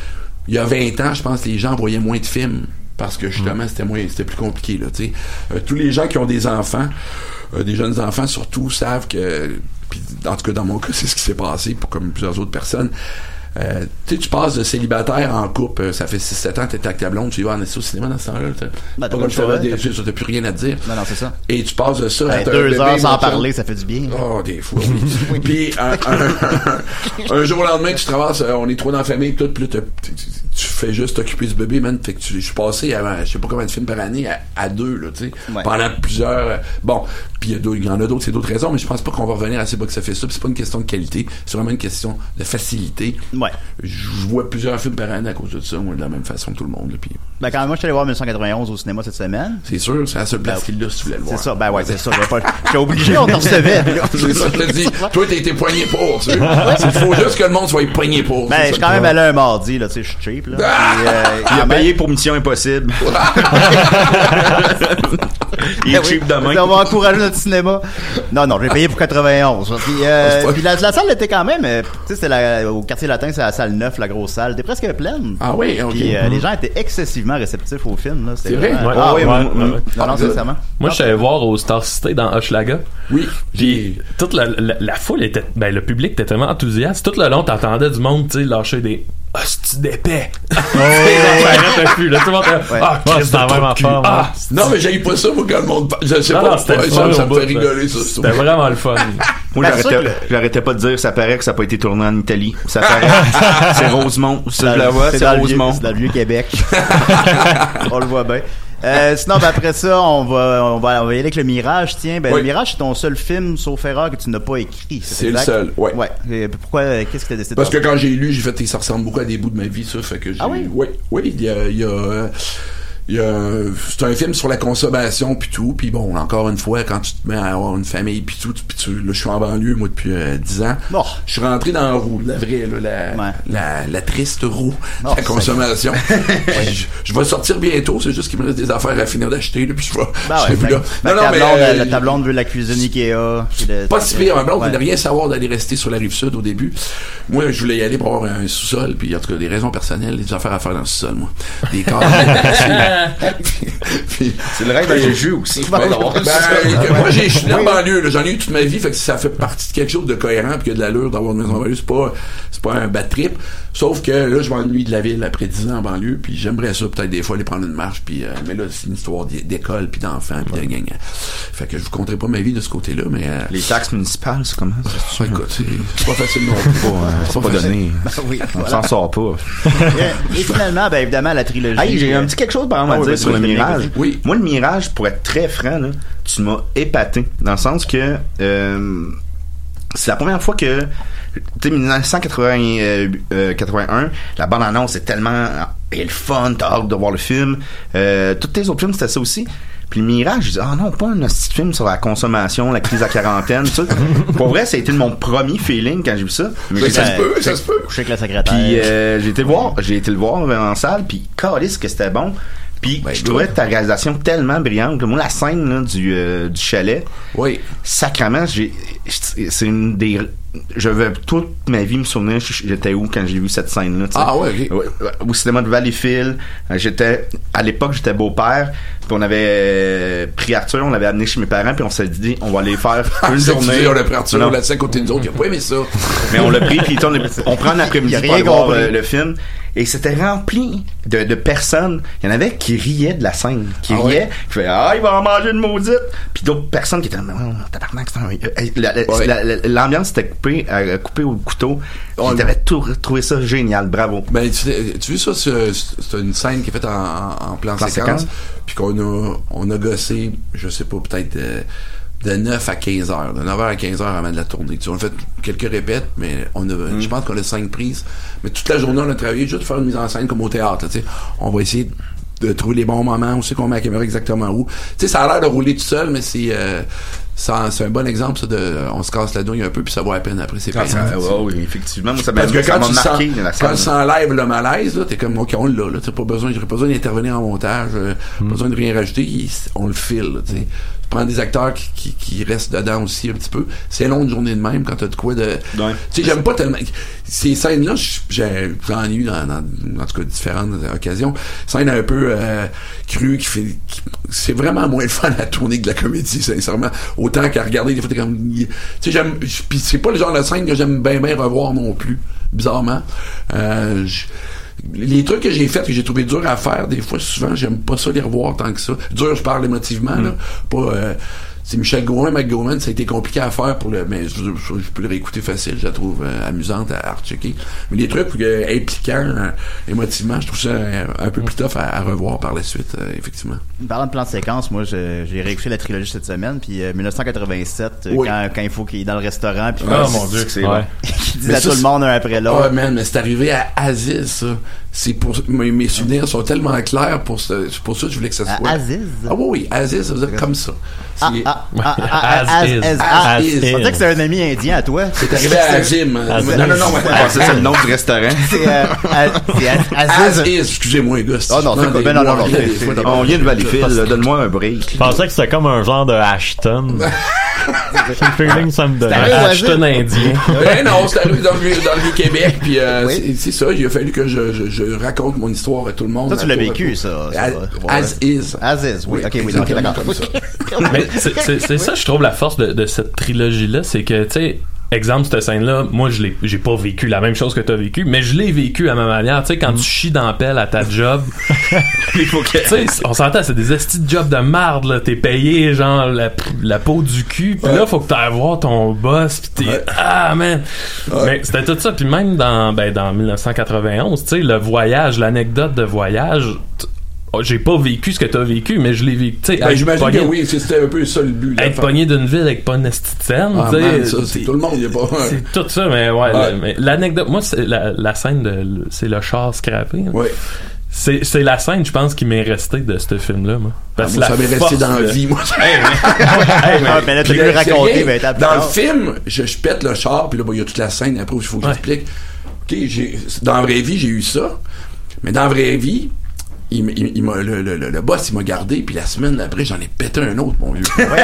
il y a vingt ans, je pense que les gens voyaient moins de films parce que justement, c'était moins, c'était plus compliqué, là, tu sais. Euh, tous les gens qui ont des enfants, euh, des jeunes enfants surtout, savent que, puis en tout cas dans mon cas, c'est ce qui s'est passé pour comme plusieurs autres personnes. Euh, tu sais, tu passes de célibataire en couple, euh, ça fait six sept ans, t'es avec ta blonde, tu y vas en au cinéma dans ce temps-là, t'as, ben, pas comme ça, des, ça, t'as plus rien à te dire. Non, non, c'est ça. Et tu passes de ça ben, à deux bébé, heures sans mon parler, chum. ça fait du bien. Oh, des fois, oui. Puis, un, un, un jour au lendemain, tu traverses, euh, on est trois dans la famille, tout, puis là, tu, tu fais juste t'occuper du bébé, man. Fait que tu, je suis passé à, je sais pas combien de films par année, à, à deux, là, tu sais. Ouais. Pendant plusieurs, euh, bon. Puis il y en a d'autres, c'est d'autres raisons, mais je pense pas qu'on va revenir à ces box office. C'est pas une question de qualité, c'est vraiment une question de facilité. Ouais. Je vois plusieurs films par année à cause de ça, moi, de la même façon que tout le monde. Là, puis... Ben, quand même, moi, je suis allé voir dix-neuf quatre-vingt-onze au cinéma cette semaine. C'est sûr, c'est la seule place ben, qu'il a si tu voulais le voir. C'est ça, ben ouais, c'est ça. J'étais obligé, on t'en recevait. C'est ça, je te dis. Toi, t'as été poigné pour, tu sais. Il faut juste que le monde soit poigné pour. Ben, je suis quand même allé un mardi, là, tu sais, je suis cheap, là. Ah! Puis, euh, il a payé pour Mission Impossible. Il est cheap demain. On va encourager notre cinéma. Non, non, j'ai payé pour quatre-vingt-onze. Puis, euh, puis la, la salle était quand même, euh, tu sais, c'était la, au quartier latin, c'est la salle neuf, la grosse salle. C'était presque pleine. Ah oui, ok. Puis euh, mm-hmm. les gens étaient excessivement réceptifs au film, là. C'est vrai? Vraiment... Ouais, ah ouais, oui, ouais, oui. ouais, ouais. Non, non, sincèrement. Moi, je suis allé voir au Star City dans Hochelaga. Oui. Puis toute la, la, la foule était, ben le public était tellement enthousiaste. Tout le long, t'entendais du monde, tu sais, lâcher des hosties d'épais. Oh, ouais, plus, là, tout le monde était, ouais. ah, Christ, c'était vraiment fort. Ah, non, mais j'aille pas ça, moi, quand le monde, je sais non, pas, non, c'était ouais, fun, ça, ça me fait bout, rigoler, ça. C'était vraiment le fun. Moi, j'arrêtais, le... j'arrêtais pas de dire, ça paraît que ça n'a pas été tourné en Italie. Ça paraît. C'est Rosemont. Ça, je la vois, c'est, c'est Rosemont. C'est dans le vieux Québec. On le voit bien. Euh, sinon, ben, après ça, on va, on va, on va y aller avec le Mirage. Tiens, ben, oui. Le Mirage, c'est ton seul film, sauf erreur, que tu n'as pas écrit. C'est, c'est le seul, ouais. Ouais. Et pourquoi, qu'est-ce que t'as décidé de Parce que quand j'ai lu, j'ai fait, ça ressemble beaucoup à des bouts de ma vie, ça, fait que j'ai, ah oui? Oui, oui, il y a, il y a, il y a, c'est un film sur la consommation puis tout, puis bon, encore une fois, quand tu te mets à avoir une famille puis tout, puis tu, là, je suis en banlieue, moi, depuis euh, dix ans. Oh. Je suis rentré dans la roue, la vraie, là, la, ouais. la, la triste roue, oh, la consommation. je, je vais sortir bientôt, c'est juste qu'il me reste des affaires à finir d'acheter, là, puis je vais, ben je ouais, plus ben, là. Ben, non, non, mais, blonde, euh, la, ta blonde veut la cuisine Ikea. Le, pas si pire, ma blonde voulait rien savoir d'aller rester sur la rive sud au début. Moi, je voulais y aller pour avoir un sous-sol, puis en tout cas, des raisons personnelles, des affaires à faire dans le sous-sol, moi. Des cadres Puis, c'est le rêve d'un jeu aussi. Ben, ben, ben, moi, j'ai, je suis en banlieue, là, j'en ai eu toute ma vie, fait que ça fait partie de quelque chose de cohérent puis qu'il y a de l'allure d'avoir une maison en banlieue, c'est pas, c'est pas un bad trip. Sauf que là, je m'ennuie de la ville après dix ans en banlieue, puis j'aimerais ça peut-être des fois aller prendre une marche, puis euh, mais là, c'est une histoire d'école, puis d'enfants, puis ouais. de gang. Fait que je vous compterai pas ma vie de ce côté-là, mais... Euh, les taxes municipales, c'est comment? C'est, écoute, c'est, c'est pas facile non plus. Pas, euh, c'est pas, pas donné. Ben, oui, on voilà. s'en sort pas. Et finalement, ben évidemment, la trilogie... Hey, j'ai un petit quelque chose par exemple à dire sur le Mirage. Oui. Moi, le Mirage, pour être très franc, là, tu m'as épaté. Dans le sens que euh, c'est la première fois que, tu sais, dix-neuf cent quatre-vingt-un, la bande-annonce est tellement et le fun, t'as hâte de voir le film. Euh, tous tes autres films, c'était ça aussi. Puis le Mirage, je dis, ah oh non, pas un petit film sur la consommation, la crise à quarantaine, tout ça. Pour vrai, ça a été mon premier feeling quand j'ai vu ça. Mais, mais ça, ça se peut, ça se peut. Coucher avec la secrétaire. Puis euh, j'ai été le voir, j'ai été le voir en salle, puis calisse que c'était bon. Puis ben, je trouvais ta réalisation tellement brillante. Moi, la scène là, du, euh, du chalet, oui. Sacrément, j'ai, c'est une des... Je vais toute ma vie me souvenir j'étais où quand j'ai vu cette scène-là. T'sais. Ah ouais, okay. Au cinéma de Valleyfield. J'étais... À l'époque, j'étais beau-père. Puis on avait euh, pris Arthur, on l'avait amené chez mes parents, puis on s'est dit, on va aller faire une journée. On a pris Arthur, on l'a dit à côté de nous autres. Il a pas aimé ça. Mais on l'a pris, puis on, on prend un après-midi pour aller voir euh, le film. Et c'était rempli de, de personnes. Il y en avait qui riaient de la scène. Qui ah riaient. Ouais. Qui faisaient, ah, il va en manger une maudite. Puis d'autres personnes qui étaient, oh, tabarnak, c'est un... la, la, ouais. la, la, l'ambiance était coupée, euh, coupée au couteau. On avait tout trouvé ça génial. Bravo. Ben, tu, tu vois ça, c'est, c'est une scène qui est faite en, en, en plan, plan séquence. séquence. Puis qu'on a, on a gossé, je sais pas, peut-être de, de neuf à quinze heures. De neuf heures à quinze heures avant de la tournée. Tu sais, on a fait quelques répètes, mais on a, mm. je pense qu'on a cinq prises. Mais toute la journée, on a travaillé juste pour faire une mise en scène comme au théâtre. Tu sais, on va essayer de trouver les bons moments, on sait qu'on met la caméra exactement où. Tu sais, ça a l'air de rouler tout seul, mais c'est, euh, ça, c'est un bon exemple, ça, de, on se casse la douille un peu, puis ça vaut la peine après, c'est Quand pas ça- ouais, oui, effectivement. Moi, ça m'a- Parce que ça quand m'a tu marqué, sens, la quand scène. tu s'enlèves le malaise, là, t'es comme, ok, on l'a, là, t'as pas besoin, j'aurais pas besoin d'intervenir en montage, euh, pas besoin de rien rajouter, il- on le file, là, tu sais. Tu prends des acteurs qui, qui, qui restent dedans aussi un petit peu. C'est long une journée de même quand t'as de quoi de, Ouais. tu sais, j'aime pas tellement, ces scènes-là, j'ai, j'en ai eu dans, dans, en tout cas, différentes occasions. Scène un peu, euh, crue, qui fait, qui- c'est vraiment moins le fun à tourner que de la comédie, sincèrement. Autant qu'à regarder, des fois, t'es comme, tu sais, j'aime, pis c'est pas le genre de scène que j'aime bien, bien revoir non plus, bizarrement. Euh, j'- les trucs que j'ai fait que j'ai trouvé dur à faire, des fois, souvent, j'aime pas ça les revoir tant que ça. Dur, je parle émotivement, là. Pas, euh, c'est Michel Gauvin, McGowan, ça a été compliqué à faire pour le, mais je, je, je peux le réécouter facile, je la trouve euh, amusante à, à rechecker. Mais les trucs euh, impliquants, euh, émotivement, je trouve ça euh, un peu plus tough à, à revoir par la suite, euh, effectivement. Parlant de plan de séquence, moi, je- j'ai réécouté la trilogie cette semaine, puis euh, dix-neuf cent quatre-vingt-sept, euh, Oui. quand, quand il faut qu'il est dans le restaurant, puis Ah, euh, mon Dieu, c'est ouais. bon. Qu'il dise Mais à ça, tout le monde un après l'autre. Ah, man, mais c'est arrivé à Aziz, ça. C'est pour, mes, mes souvenirs sont tellement clairs pour ce, c'est pour ça que je voulais que ça À soit. Aziz? Ah oui, oui, Aziz, ça veut dire comme ça. C'est- Ah, ah, ah, ah, ah, As as- is. as- As ah, is. on dirait que c'est un ami indien à toi. C'est arrivé à Azim. As- Non, non, non, mais- Ah, ça, c'est le nom du restaurant. C'est euh, As- c'est As- As Aziz. is, excusez-moi, gars. Oh non, c'est quoi? Ben non, non, non. c'est- c'est- On vient de Valleyfield, là, donne-moi un break. Je pensais que c'était comme un genre de Ashton. C'est le feeling, ça me donne. Ashton indien. Ben non, c'est arrivé dans le, vieux- dans le vieux Québec, puis euh, c'est, c'est ça, il a fallu que je, je, je raconte mon histoire à tout le monde. Ça, tu l'as À tout- vécu, ça. ça, As, ouais. as is. As is, oui. Ok, oui, ok, exactement d'accord. comme ça. Mais c'est, c'est, c'est ça, je trouve, la force de, de cette trilogie-là, c'est que, tu sais, exemple, cette scène-là, moi, je l'ai, j'ai pas vécu la même chose que t'as vécu, mais je l'ai vécu à ma manière. Tu sais, quand tu chies dans la pelle à ta job, il faut que, tu sais, on s'entend, c'est des estis de job de marde, là. T'es payé, genre, la, la peau du cul, pis là, faut que t'ailles voir ton boss, pis t'es, ah, man. Mais c'était tout ça, pis même dans, ben, dans dix-neuf cent quatre-vingt-onze, tu sais, le voyage, l'anecdote de voyage, t- oh, j'ai pas vécu ce que t'as vécu, mais je l'ai vécu. Tu sais, Ben, être j'imagine pogné- que oui, c'est- c'était un peu ça le but. être pogné d'une ville avec pas une esti de scène, Ah, tu sais, man, ça, c'est tout le monde, il y a pas. c'est tout ça, mais ouais, Ouais. le- mais l'anecdote, moi, c'est la, la scène de, le- c'est le char scrappé. hein. Ouais. C'est, c'est la scène, je pense, qui m'est restée de ce film-là, moi. Ah, moi, ça m'est resté dans la vie, moi. Hey, mais- Hey, mais- mais là, tu Puis, l'as euh, c'est raconté, rien. ben, t'as plus Dans le tard. film, je, je pète le char, puis là, bon, il y a toute la scène, après, il faut que Ouais. j'explique. OK, j'ai, dans la vraie vie, j'ai eu ça, mais dans la vraie vie, il, m- il, il m'a, le, le, le, le boss, il m'a gardé, puis la semaine d'après, j'en ai pété un autre, mon vieux.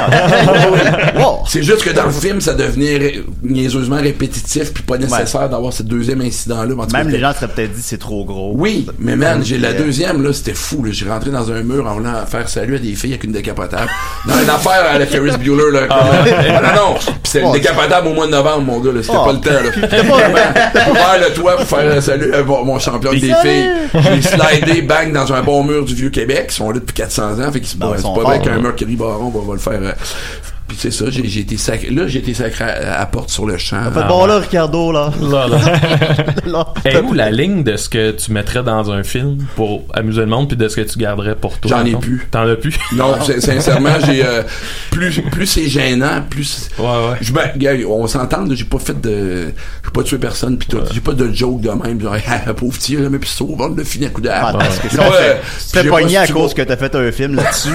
Wow. C'est juste que dans le film, ça devenait ré- niaiseusement répétitif, puis pas nécessaire d'avoir ce deuxième incident-là. En tout cas, Même les gens seraient peut-être dit c'est trop gros. oui, mais man, j'ai la Euh, deuxième, là, c'était fou, là. J'ai rentré dans un mur en voulant faire salut à des filles avec une décapotable. Dans une affaire à la Ferris Bueller, là. Ah, comme- Ah, non, non. Pis c'est Oh, une décapotable au mois de novembre, mon gars, là. C'était Oh. pas le temps, là. Vraiment, faire le toit pour faire un salut à mon mon champion des Salut! filles. J'ai slidé, bang, dans un bon mur du Vieux-Québec. Ils sont là depuis quatre cents ans. Fait qu'ils se Non, battent. ils C'est sont pas vrai forts, qu'un hein. Mercury Baron va, va le faire. euh, Puis c'est ça, j'ai, j'ai été sacré. Là, j'ai été sacré à, à porte sur le champ. Fait bon là, Ricardo, là. Là, là. Là. Et où la ligne de ce que tu mettrais dans un film pour amuser le monde, puis de ce que tu garderais pour toi? J'en ai mettons? plus. T'en as plus? Non, sin- sincèrement, j'ai euh, plus plus c'est gênant, plus Ouais, ouais. je ben, gars, on s'entend, là, j'ai pas fait de j'ai pas tué personne pis tout, j'ai pas de joke de même genre ah, pauvre petit, jamais plus sauve, on l'a fini à coup Ah, d'arbre. parce que J'ai ça, pas, on euh, fait- tu te fais j'ai pogner pas à su- cause que t'as fait un film là-dessus.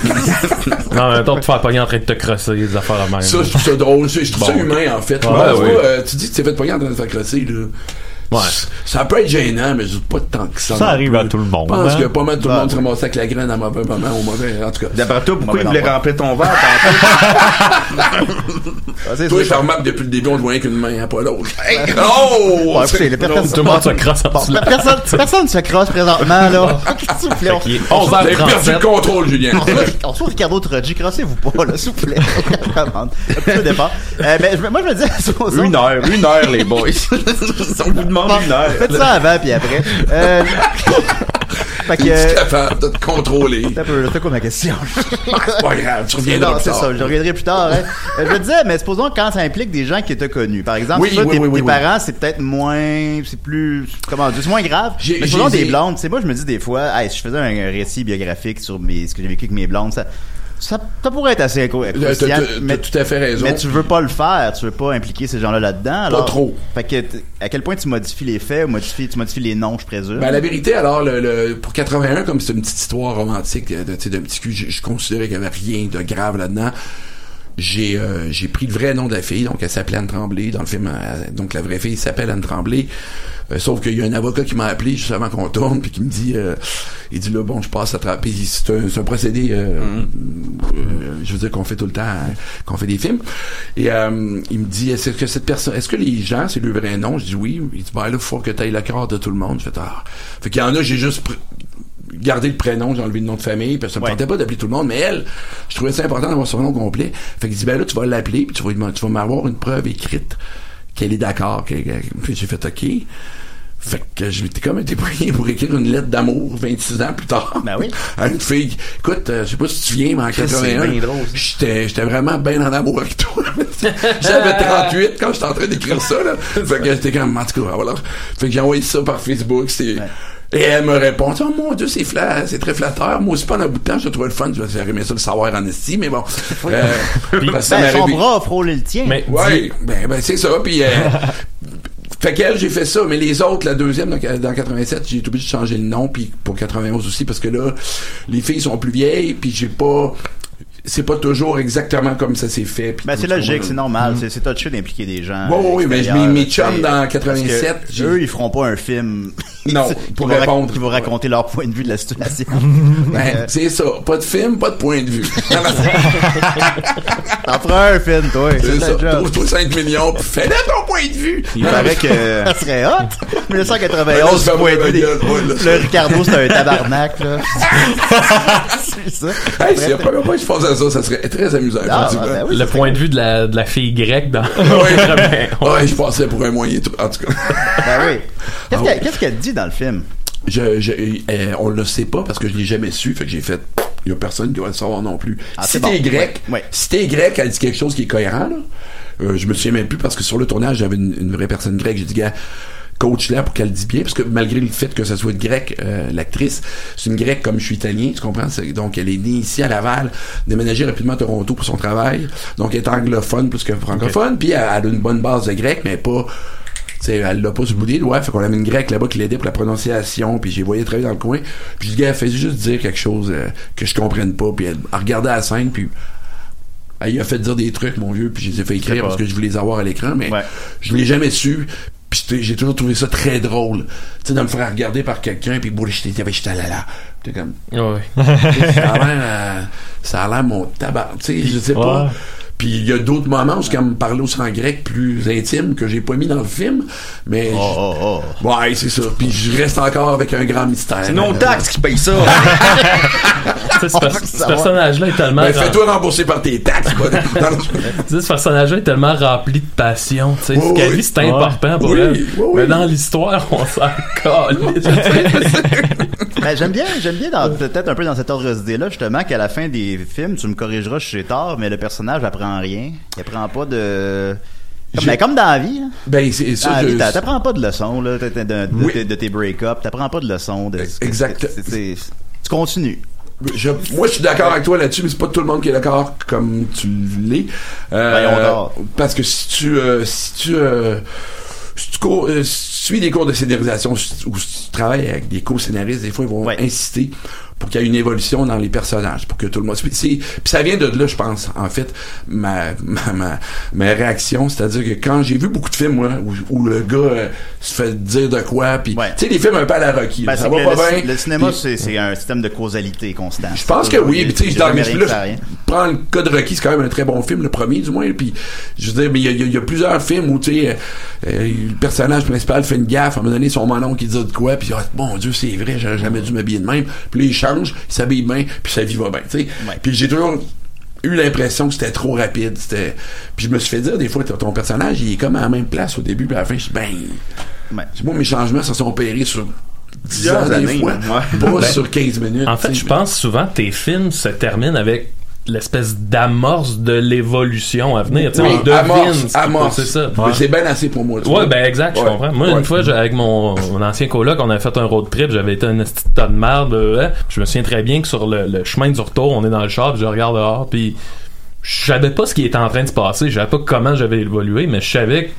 Non, en même temps, te faire pogner en train de te crosser, des affaires à même. Ça, je trouve ça drôle, ça, je trouve ça Bon. humain en fait. Ouais, Ouais, ouais, tu oui. vois, euh, tu dis que tu t'es fait pogner en train de te faire crosser là. Ouais. Ça peut être gênant, mais je dis pas tant que ça. Ça non arrive plus. à tout le monde, Je pense hein? que pas mal tout le Ouais. monde se ramassait avec la graine à mauvais moment, au mauvais, en tout cas. D'après toi, pourquoi Mauvais il voulait endroit. remplir ton verre tantôt? Ah, c'est Toi, ça. je remarque depuis le début, on te voyait qu'une main, hein, pas l'autre. Hey! Oh! Ouais, écoutez, les personnes- Tout le monde se crosse en Bon, dessous de la personne, personne se crosse présentement, là. S'il vous plaît, on- Il est Vous avez perdu le onze heures trente-sept. contrôle, Julien. On reçoit- on reçoit Ricardo Trogi, crossez-vous pas, là, s'il vous plaît. Un petit peu départ. Euh, mais je- moi, je me dis, supposons- Une heure, une heure, les boys. On vous demande une heure. Faites ça avant, puis après. Euh, fait que. Tu es euh, capable de te contrôler. T'as peu, c'est quoi ma question? C'est pas grave, tu reviendras Non, plus c'est tard. ça, je reviendrai plus tard. Hein. Euh, je me disais, mais supposons quand ça implique des gens qui t'ont connu. Par exemple, Oui, toi, oui, tes, oui, oui, tes oui. parents, c'est peut-être moins, c'est plus, comment dire, c'est moins grave. J'ai- Mais supposons j'ai- des blondes, c'est moi, je me dis des fois, hey, si je faisais un récit biographique sur mes, ce que j'ai vécu avec mes blondes, ça, ça, ça pourrait être assez inco- T'as- croustillant, t'as- mais t'as tout à fait raison. Mais tu veux pas le faire, tu veux pas impliquer ces gens-là là-dedans. Alors, trop. Fait que, t- à quel point tu modifies les faits, ou modifies, tu modifies les noms, je présume. Ben, la vérité, alors, le, le, pour quatre-vingt-un, comme c'est une petite histoire romantique de, de, tu sais, d'un petit cul, je, je considérais qu'il y avait rien de grave là-dedans. j'ai euh, j'ai pris le vrai nom de la fille, donc elle s'appelait Anne Tremblay dans le film, euh, donc la vraie fille s'appelle Anne Tremblay. Euh, sauf qu'il y a un avocat qui m'a appelé juste avant qu'on tourne, puis qui me dit, euh, il dit là bon, je passe à travers, puis c'est un, c'est un procédé, euh, mm. euh, je veux dire qu'on fait tout le temps, hein, qu'on fait des films. Et euh, il me dit, est-ce que cette personne, est-ce que les gens, c'est le vrai nom? Je dis oui. Il dit ben là, faut que t'ailles l'accord de tout le monde. Je fais ah. Fait qu'il y en a, j'ai juste pr- gardé le prénom, j'ai enlevé le nom de famille, parce que ça me ouais. tentait pas d'appeler tout le monde, mais elle, je trouvais ça important d'avoir son nom complet. Fait qu'il dit ben là, tu vas l'appeler, puis tu vas, tu vas m'avoir une preuve écrite qu'elle est d'accord. Que, que, puis j'ai fait OK. Fait que je m'étais comme été pris pour écrire une lettre d'amour vingt-six ans plus tard. Ben oui. À une fille. Écoute, euh, je sais pas si tu viens, mais en quatre-vingt-un, j'étais, j'étais vraiment bien en amour avec toi. J'avais trente-huit quand j'étais en train d'écrire ça, là. Fait que j'étais comme, en tout cas, voilà. Fait que j'ai envoyé ça par Facebook, c'est, ouais. Et elle me répond, oh mon Dieu, c'est flat, c'est très flatteur. Moi aussi, pendant un bout de temps, je trouvais le fun. J'aurais aimé ça le savoir en esti, mais bon. Euh, puis, ben, son bras a frôlé le tien. Mais, ouais, ben, ben, c'est ça. Puis, euh, fait qu'elle, j'ai fait ça, mais les autres, la deuxième, dans, dans quatre-vingt-sept, j'ai été obligé de changer le nom, puis pour quatre-vingt-onze aussi, parce que là, les filles sont plus vieilles, puis j'ai pas... C'est pas toujours exactement comme ça s'est fait. Pis ben, c'est logique, c'est normal. Mm. C'est, c'est touché d'impliquer des gens. Oui, oui, mais mes, mes chums dans quatre-vingt-sept. Eux, ils feront pas un film. Non, pour répondre. Ils vont raconter leur point de vue de la situation. Ben, c'est ça. Pas de film, pas de point de vue. T'en feras un film, toi. C'est, c'est ça. Trouve-toi cinq millions, pis fais-le ton point de vue. Il paraît que. Ça serait hot. dix-neuf cent quatre-vingt-onze, ben, point de vue. Des... Le Ricardo, c'est un tabarnak, là. C'est ça. Hey, s'il y a pas longtemps que je pensais à ça, ça serait très amusant. Ah, ben oui, le point de vue de la, de la fille grecque dans. Oui, ouais, je pensais pour un moyen, en tout cas. Ben oui. Qu'est-ce, ah, qu'elle, qu'est-ce qu'elle dit dans le film? Je, je, euh, on le sait pas parce que je l'ai jamais su, fait que j'ai fait. Il y a personne qui va le savoir non plus. Ah, si t'es bon. grec, ouais. si t'es grec, elle dit quelque chose qui est cohérent, là. Euh, je me souviens même plus parce que sur le tournage, j'avais une, une vraie personne grecque. J'ai dit, gars, coach-la pour qu'elle dise bien, parce que malgré le fait que ça soit une grecque, euh, l'actrice, c'est une grecque comme je suis italien, tu comprends? C'est, donc, elle est née ici à Laval, déménagée rapidement à Toronto pour son travail. Donc, elle est anglophone plus que francophone, okay. Puis elle, elle a une bonne base de grec, mais pas... T'sais, elle l'a pas sur le bout des doigts, fait qu'on avait une grecque là-bas qui l'aidait pour la prononciation, puis j'ai voyé travailler dans le coin, puis le gars elle fait juste dire quelque chose euh, que je comprenne pas, puis elle, elle regardait la scène, puis elle, il a fait dire des trucs, mon vieux, puis je les ai fait écrire parce que je voulais les avoir à l'écran, mais ouais. je l'ai jamais su, puis j'ai toujours trouvé ça très drôle, tu sais, de me faire regarder par quelqu'un, puis bon, j'étais j'étais là là, t'es comme, ouais. ça a l'air, euh, ça a l'air mon tabac, tu sais, je sais pas. Ouais. Puis il y a d'autres moments où elle me parlait aussi en grec plus intime que j'ai pas mis dans le film, mais oh, oh, oh. ouais, c'est ça. Puis je reste encore avec un grand mystère. C'est non taxe qui paye ça. ce, ce personnage-là est tellement ben, fais-toi rembourser par tes taxes. Ce personnage-là est tellement rempli de passion, tu sais, oh, ce qu'elle oui. dit c'est ouais. important pour oui, elle. Oui, oui. Mais dans l'histoire, on s'en colle. Ben, j'aime bien, j'aime bien dans, peut-être un peu dans cet ordre d'idée-là, justement, qu'à la fin des films, tu me corrigeras si j'ai tort, mais le personnage apprend rien. Il apprend pas de... Comme, ben, comme dans la vie. Hein. Ben, c'est ça. Je... T'apprends pas de leçons, là, de, de, de, oui. de, de tes break-ups. T'apprends pas de leçons. De, exact. C'est, c'est, c'est, tu continues. Je, moi, je suis d'accord avec toi là-dessus, mais c'est pas tout le monde qui est d'accord comme tu l'es. Euh, parce que si tu... Euh, si tu euh, Si tu, cours, euh, si tu suis des cours de scénarisation ou si tu travailles avec des co-scénaristes, des fois, ils vont ouais. insister pour qu'il y ait une évolution dans les personnages, pour que tout le monde... Puis ça vient de là, je pense, en fait, ma, ma, ma, ma réaction, c'est-à-dire que quand j'ai vu beaucoup de films, moi, où, où le gars euh, se fait dire de quoi, puis ouais. tu sais, des films un peu à la Rocky, ben, ça va pas le, bien. Le cinéma, pis, c'est, c'est un système de causalité constant. Je pense que oui, puis tu sais, je prends le cas de Rocky, c'est quand même un très bon film, le premier du moins, puis je veux dire, mais il y, y, y a plusieurs films où, tu sais, euh, le personnage principal fait une gaffe, à un moment donné, son monon qui dit de quoi, puis oh, mon Dieu, c'est vrai, j'aurais jamais dû m'habiller de même, puis là, il change, il s'habille bien, puis sa vie va bien, tu sais. Ouais. Puis j'ai toujours eu l'impression que c'était trop rapide, c'était... Puis je me suis fait dire, des fois, ton personnage, il est comme à la même place au début, puis à la fin, je dis, ben... Ouais. Moi, mes changements se sont opérés sur dix ans, des fois, ouais. pas ben, sur quinze minutes. En fait, je pense souvent que tes films se terminent avec l'espèce d'amorce de l'évolution à venir. Tu sais, oui, on devine amorce, ce amorce. C'est ça. Ouais. C'est bien assez pour moi. Ouais, vois. ben exact, je ouais. comprends. Moi, ouais. une fois, avec mon, mon ancien coloc, on avait fait un road trip, j'avais été un petit tas de merde. Euh, je me souviens très bien que sur le, le chemin du retour, on est dans le char, puis je regarde dehors, puis je savais pas ce qui était en train de se passer, je savais pas comment j'avais évolué, mais je savais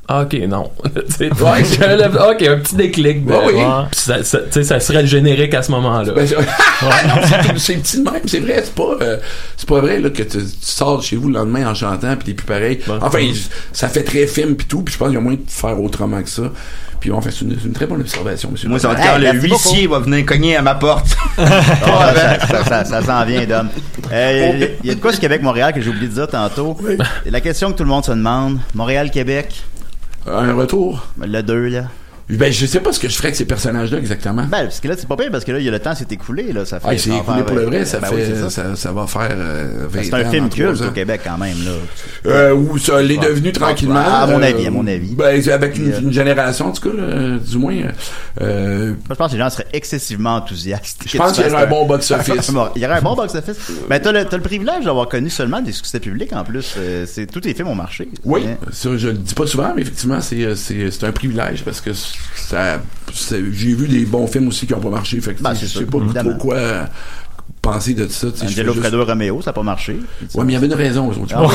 Ah, ok, non. ouais, ok, un petit déclic. Ben, oui. Puis ça, ça, ça serait le générique à ce moment-là. Ben, ouais. non, c'est, c'est petit de même, c'est vrai, c'est pas, euh, c'est pas vrai là, que tu, tu sors de chez vous le lendemain en chantant pis t'es plus pareil. Ouais. Enfin, ça fait très film pis tout, pis je pense qu'il y a moyen de faire autrement que ça. Puis enfin, c'est une, c'est une très bonne observation, monsieur. Moi, ça va être quand hey, le huissier va venir cogner à ma porte. oh, ça, ça, ça, ça s'en vient, Dom. Il euh, y, y a de quoi sur Québec-Montréal que j'ai oublié de dire tantôt. Oui. La question que tout le monde se demande, Montréal-Québec. Un retour? Le deux, là. Ben, je sais pas ce que je ferais avec ces personnages-là exactement. Ben, parce que là, c'est pas pire parce que là, il y a le temps s'est écoulé, là. Ça fait. Ah, c'est écoulé pour le vrai, ça ben fait, oui, ça. Ça, ça va faire euh, vingt ans. C'est un film culte au Québec, quand même, là. Euh, où ça l'est ouais. devenu tranquillement. À mon avis, à mon avis. Ben, avec une, une génération, en tout cas, là, du moins, euh. Moi, je pense que les gens seraient excessivement enthousiastes. Je pense qu'il y aurait un bon box-office. Il y aurait un bon box-office. Ben, t'as le, t'as le privilège d'avoir connu seulement des succès publics, en plus. C'est, tous tes films ont marché. Oui. Ça, je le dis pas souvent, mais effectivement, c'est, c'est, c'est un privilège parce que ça, C'est, j'ai vu des bons films aussi qui n'ont pas marché. Fait que ben, je sais pas évidemment. trop quoi penser de ça. Angelo Fredo juste... Romeo, ça n'a pas marché. Ouais, mais il y avait une raison. Ah,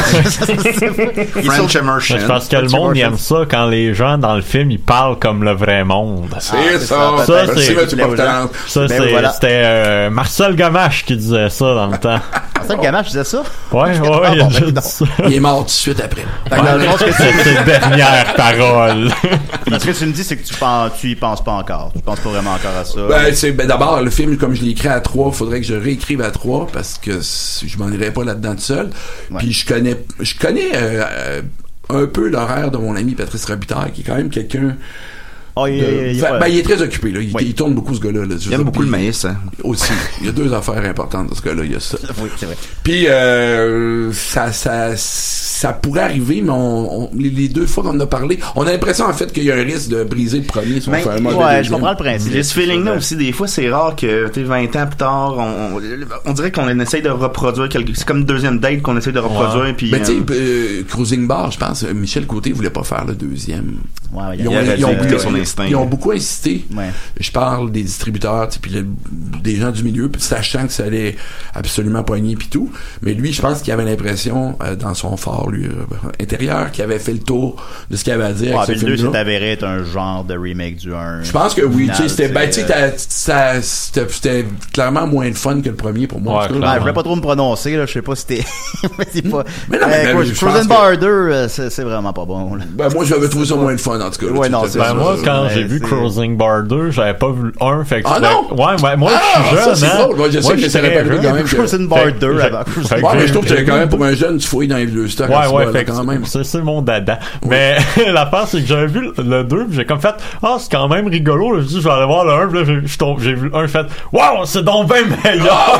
French immersion. Je pense que le monde aime ça quand les gens dans le film ils parlent comme le vrai monde. C'est, ah, c'est ça. Ça, ça c'est, c'est, ça, c'est voilà. C'était euh, Marcel Gamache qui disait ça dans le temps. Marcel Gamache disait ça? Ouais, ouais, ouais. Il, bon, ben, ça. il est mort tout de suite après. Ouais, c'est ses dernières paroles. Ce que tu me dis, c'est que tu penses, tu y penses pas encore. Tu penses pas vraiment encore à ça. Ben, c'est, ben d'abord, le film, comme je l'ai écrit à trois, il faudrait que je réécrive à trois parce que je m'en irais pas là-dedans tout seul. Ouais. Puis je connais, je connais euh, un peu l'horaire de mon ami Patrice Robitaille, qui est quand même quelqu'un. Oh, il, de, il, il, ben, ben, il est très occupé, là. Il, oui. il tourne beaucoup, ce gars-là. Là. Il aime beaucoup le maïs, hein. Aussi. Il y a deux affaires importantes dans ce gars-là. Il y a ça. Oui, c'est vrai. Puis, euh, ça, ça, ça pourrait arriver, mais on, on, les, les deux fois qu'on en a parlé, on a l'impression, en fait, qu'il y a un risque de briser le premier si on fait un mode ouais, de je comprends le principe. J'ai ce feeling-là aussi. Des fois, c'est rare que, tu sais, vingt ans plus tard, on, on, on dirait qu'on essaye de reproduire quelque, c'est comme une deuxième date qu'on essaye de reproduire. Ouais. Puis, ben, tu sais, euh, Cruising Bar, je pense, Michel Côté voulait pas faire le deuxième. Ouais, ils ont, ils ont, ils ont, son instinct. Ils ont beaucoup insisté. Ouais. Je parle des distributeurs, puis des gens du milieu, puis sachant que ça allait absolument pogner puis tout. Mais lui, je pense qu'il avait l'impression euh, dans son fort lui euh, intérieur qu'il avait fait le tour de ce qu'il avait à dire. Ouais, avec ce le deux s'est avéré être un genre de remake du un. Je pense que oui. Tu sais, c'était, ben, tu sais, ça, c'était, c'était clairement moins de fun que le premier pour moi. Ouais, ben, je voulais pas trop me prononcer là. Je sais pas si c'était. c'est pas. Mais non, mais euh, Frozen Bar deux, c'est, c'est vraiment pas bon. Là. Ben moi, j'avais trouvé ça moins de fun en tout cas. Là, ouais, non, c'est ben, moi, quand ouais, j'ai vu Cruising Bar deux, j'avais pas vu le un. Fait que ah non! Ouais, ouais, moi, ah, je suis jeune, ça, hein. Drôle. Moi, je sais moi, que ça aurait pas quand même. Cruising Bar deux avant. Ouais, mais je trouve que quand même, pour un jeune, tu fouilles dans les vieux stocks. Ouais, ouais, fait quand même. C'est, c'est mon dada. Mais l'affaire, c'est que j'avais vu le deux, pis j'ai comme fait, ah, c'est quand même rigolo, là. Je dis, je vais aller voir le un, pis là, j'ai, j'ai vu le un, fait, waouh, c'est donc bien meilleur!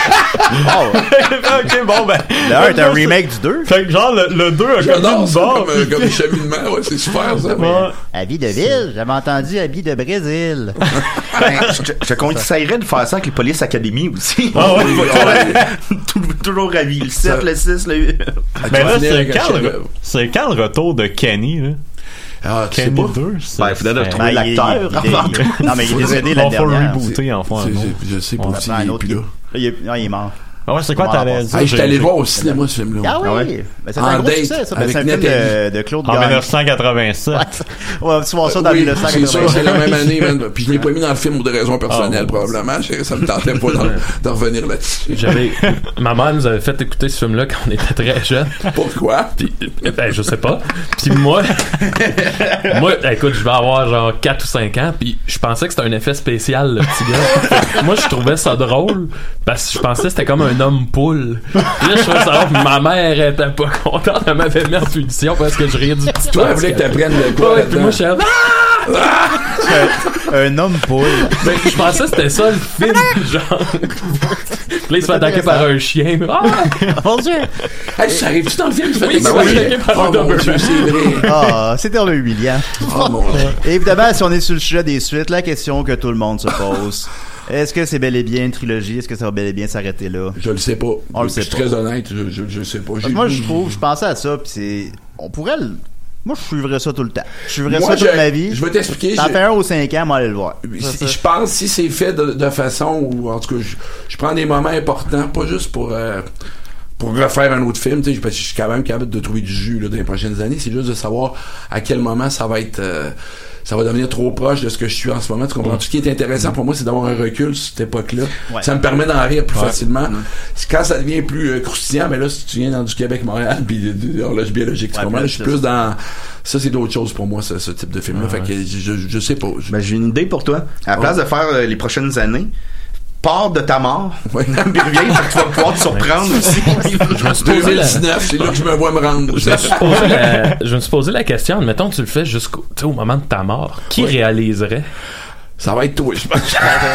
Ok, bon, ben. Le un est un remake du deux. Fait que genre, le, le deux a comme une barre. Comme, comme un cheminement, ouais, c'est super, ça. Ouais. Habit de ville, j'avais entendu habit de Brésil. Ben, je, je te conseillerais de faire ça avec les Police Academy aussi. Ah ouais, ouais. Toujours ravi. Le sept, le six, le huit. Mais là, c'est quand, le, c'est quand le retour de Kenny, là? Ah, tu Kenny sais pas. deux, c'est... Ben, il faudrait ben, trouver l'acteur il, il, avant tout. Non, mais il est décédé la dernière. On va rebooter, enfin. Je sais pas si il est plus là. Il est, non, il est mort. Ah ouais, c'est quoi t'allais dire? Ah, j'étais allé voir au cinéma ce film-là. Ah oui? Ah ouais. Ben, c'est un gros succès, ça. Ben, c'est un film de, de Claude Gagnon. En dix-neuf cent quatre-vingt-sept. Ouais, tu vois ça dans oui, dix-neuf cent quatre-vingt-sept. C'est sûr, c'est la même année. Même. Puis je l'ai pas mis dans le film pour des raisons personnelles, oh, probablement. Ça me tentait pas d'en, d'en revenir là-dessus. J'avais, ma mère nous avait fait écouter ce film-là quand on était très jeunes. Pourquoi? Puis, ben, je sais pas. Puis moi, moi, écoute, je vais avoir genre quatre ou cinq ans, puis je pensais que c'était un effet spécial, le petit gars. Moi, je trouvais ça drôle, parce que je pensais que c'était comme un homme poule. Puis là, je trouvais ça drôle, puis ma mère était pas contente, elle m'avait mis en punition parce que je riais du petit toi. Elle voulait que t'apprennes le quoi. Ouais, puis moi, je suis ah! un homme poule. Ben, je pensais que c'était ça le film, genre. Puis là, il se fait attaquer par un chien. Ah! Mon Dieu! Hey, ça arrive-tu dans le film? Oui, il se fait attaquer par un Doberman. Ah, c'était le humiliant. Oh, mon Dieu. Évidemment, si on est sur le sujet des suites, la question que tout le monde se pose. Est-ce que c'est bel et bien une trilogie? Est-ce que ça va bel et bien s'arrêter là? Je le sais pas. On le sait je suis pas. très honnête, je, je, je sais pas. Moi, je trouve, je pensais à ça, pis c'est, on pourrait le, moi, je suivrais ça tout le temps. Je suivrais moi, ça toute ma vie. Je vais t'expliquer. T'en fais un aux cinq ans, moi, aller le voir. Si, je pense si c'est fait de, de façon où, en tout cas, je, je prends des moments importants, pas juste pour, euh, pour refaire un autre film, tu sais, parce que je suis quand même capable de trouver du jus là, dans les prochaines années. C'est juste de savoir à quel moment ça va être... Euh, ça va devenir trop proche de ce que je suis en ce moment. Tu comprends? Tout ce qui est intéressant pour moi, c'est d'avoir un recul sur cette époque-là. Ouais. Ça me permet d'en rire plus ouais. facilement. Mmh. Quand ça devient plus euh, croustillant, ben là, si tu viens dans du Québec-Montréal, puis de, de, de horloge biologique, tu ouais, comprends? Je suis plus dans... Ça, c'est d'autres choses pour moi, ce, ce type de film-là. Ah, fait ouais. que je, je, je sais pas. Je... Ben, j'ai une idée pour toi. À la place oh. de faire euh, les prochaines années, pars de ta mort, puis reviens, fait que tu vas pouvoir te surprendre aussi. Je me suis posé la... c'est là que je me vois me rendre. Je me suis posé la, je me suis posé la question, admettons que tu le fais jusqu'au au moment de ta mort, qui oui. réaliserait? Ça va être toi, je pense.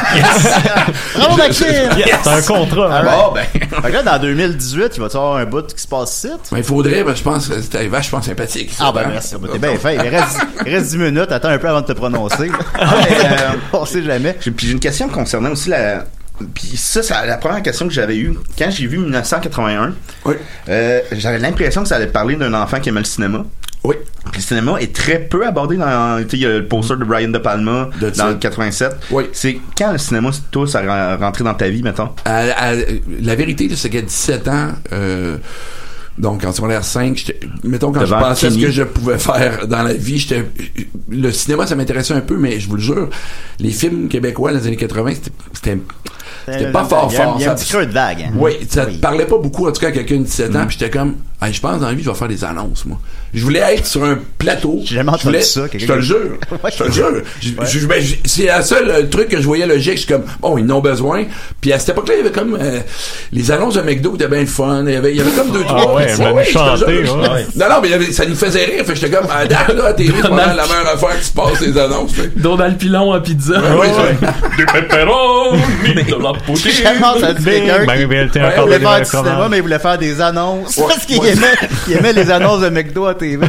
Bravo, Maxime! Yes. C'est un contrat. Right. Oh, ben. Fait que là, dans deux mille dix-huit, il va y avoir un bout qui se passe ici. Ben, il faudrait, ben, je pense que c'était vachement sympathique. Ça, ah, ben, merci. Ben, t'es bien fait. Il reste, il reste dix minutes. Attends un peu avant de te prononcer. Ah, mais, euh, on sait jamais. Puis j'ai une question concernant aussi la... Puis ça, c'est la première question que j'avais eue. Quand j'ai vu dix-neuf cent quatre-vingt-un, oui. euh, j'avais l'impression que ça allait parler d'un enfant qui aimait le cinéma. Oui. Puis le cinéma est très peu abordé dans... Tu sais, il y a le poster de Brian De Palma de dans le quatre-vingt-sept. Oui. C'est quand le cinéma, toi, ça a rentré dans ta vie, mettons? À, à, la vérité, c'est qu'à dix-sept ans... Euh, donc, en secondaire cinq, j'étais, mettons, quand Devant je pensais Kenny. Ce que je pouvais faire dans la vie, j'étais, le cinéma, ça m'intéressait un peu, mais je vous le jure, les films québécois dans les années quatre-vingts, c'était, c'était, c'était pas fort fort. Il y a un petit creux de vague. Hein? Oui, ça oui. parlait pas beaucoup, en tout cas, à quelqu'un de dix-sept ans, puis j'étais comme, hey, je pense dans la vie, je vais faire des annonces, moi. Je voulais être sur un plateau. J'ai jamais entendu ça. Je te le jure. Je te le jure. C'est la seule truc que je voyais logique. Je suis comme, bon, ils en ont besoin. Puis à cette époque-là, il y avait comme, euh, les annonces de McDo étaient bien le fun. Il y avait, il y avait comme deux, trois. Ah ouais, ouais, ouais, chanter, ouais. Ouais. Non, non, mais il y avait, ça nous faisait rire. Fait que j'étais comme, à date, là, à T V, c'est pas la meilleure affaire qui se passe, les annonces. Donald Pilon à pizza. Oui, oui. Du pepperoni, de la poutine. J'ai jamais entendu quelqu'un qui voulait faire du cinéma, mais il voulait faire des annonces. Parce qu'il aimait les annonces de McDo à T V.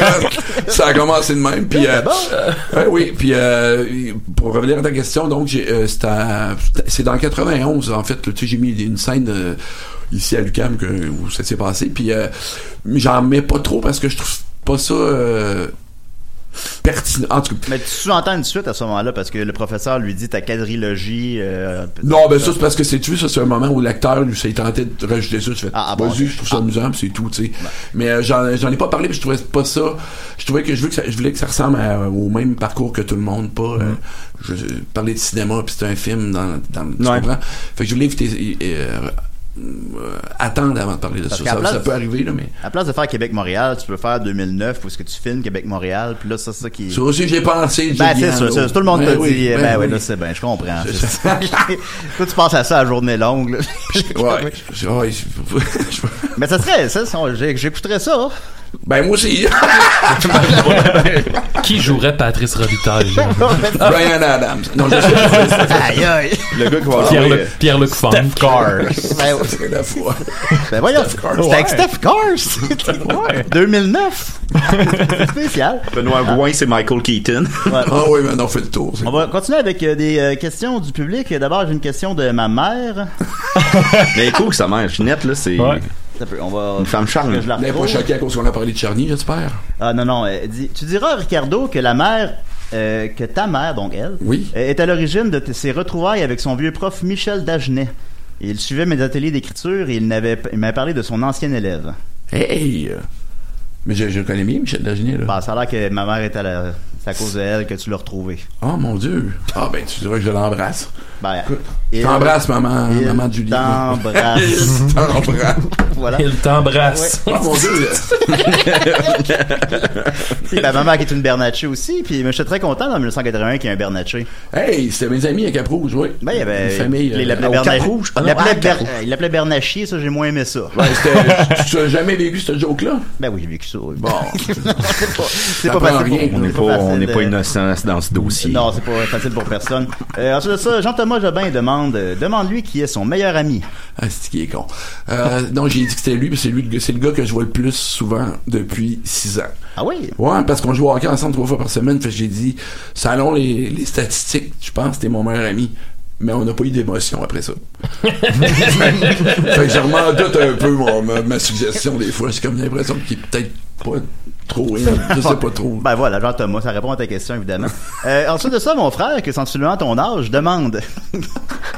Ça a commencé de même. Puis, euh, ouais, oui, puis euh, pour revenir à ta question, donc j'ai, euh, c'est, à, c'est dans le quatre-vingt-onze, en fait, tu sais, j'ai mis une scène euh, ici à l'U Q A M que, où ça s'est passé, puis euh, j'en mets pas trop parce que je trouve pas ça... Euh, pertinent. En tout cas. Mais tu sous-entends une suite à ce moment-là parce que le professeur lui dit ta quadrilogie. Euh, non, ben ça, c'est parce que c'est tu sais, ça c'est un moment où l'acteur lui s'est tenté de rajouter ça. Tu fais, ah, ah, bon, vas-y, je trouve ça ah. amusant, pis c'est tout, tu sais. Ben. Mais euh, j'en, j'en ai pas parlé, puis je trouvais pas ça. Je trouvais que je voulais que ça, je voulais que ça ressemble à, au même parcours que tout le monde, pas. Mm. Euh, je, je parlais de cinéma, puis c'est un film dans, dans tu ouais. comprends. Fait que je voulais éviter. Euh, Euh, attendre avant de parler de Parce ça. Ça, place, ça peut arriver, là, mais. À la place de faire Québec-Montréal, tu peux faire deux mille neuf où est-ce que tu filmes Québec-Montréal, puis là, c'est ça qui. Ça aussi, j'ai pensé. Ben, c'est ça, ça, tout le monde ben, t'a oui, dit. Ben, ben oui, là, c'est bien, je comprends. Toi, tu penses à ça à journée longue, là. Ouais. ouais. Mais ça serait, ça, j'écouterais ça. Ben, moi aussi. Qui jouerait Patrice Robitaille? Brian Adams. Non, je sais. Aïe, aïe. Le gars qui va Pierre-Luc Pierre Funk. Steph Cars. C'est la fois. Ben, voyons. C'était avec Steph Cars. deux mille neuf. C'est spécial. Benoît Gouin, c'est Michael Keaton. Ah oui, maintenant, on fait le tour. On va continuer avec euh, des euh, questions du public. D'abord, j'ai une question de ma mère. Mais écoute, sa mère, Ginette, là, c'est... Ouais. Peut, on va, une femme charme. Elle n'est pas choquée à cause qu'on a parlé de Charny, j'espère. Ah non, non. Elle dit, tu diras, Ricardo, que la mère, euh, que ta mère, donc elle, oui. est à l'origine de t- ses retrouvailles avec son vieux prof Michel Dagenet. Il suivait mes ateliers d'écriture et il, n'avait, il m'avait parlé de son ancien élève. Hey! Mais je, je connais bien Michel Dagenet, là. Bah, ça a l'air que ma mère est à la... C'est à cause d'elle que tu l'as retrouvé. Oh mon Dieu! Ah ben tu dirais que je l'embrasse. Ben, il t'embrasse, maman, maman de Julie. T'embrasse. Il t'embrasse. Voilà. Il t'embrasse. Ouais. Oh mon Dieu! Puis ma maman qui est une Bernatchez aussi, puis je suis très content dans dix-neuf cent quatre-vingt-un qu'il y ait un Bernatchez. Hey, c'était mes amis à Cap-Rouge, oui. Ben il y avait une famille. Il l'appelait euh, Bernatchez. Il l'appelait Ber... Ber... Bernachier, ça j'ai moins aimé ça. Ouais, tu as jamais vécu ce joke-là? Ben oui, j'ai vécu ça. Oui. Bon. c'est pas facile. On n'est pas, on n'est pas innocent dans ce dossier. Non, c'est pas facile pour personne. Euh, ensuite de ça, Jean-Thomas Jobin demande, euh, demande-lui qui est son meilleur ami. Ah, c'est qui est con. Euh, non, j'ai dit que c'était lui, mais c'est lui, c'est le gars que je vois le plus souvent depuis six ans. Ah oui? Ouais, parce qu'on joue au hockey ensemble trois fois par semaine, fait que j'ai dit, selon les, les statistiques, je pense que t'es mon meilleur ami. Mais on n'a pas eu d'émotion après ça. Fait que je remets en doute un peu mon, ma, ma suggestion des fois. J'ai comme l'impression qu'il est peut-être pas trop, je sais pas trop. Ben voilà, Jean-Thomas, ça répond à ta question, évidemment. Euh, ensuite de ça, mon frère, qui est sensiblement ton âge, demande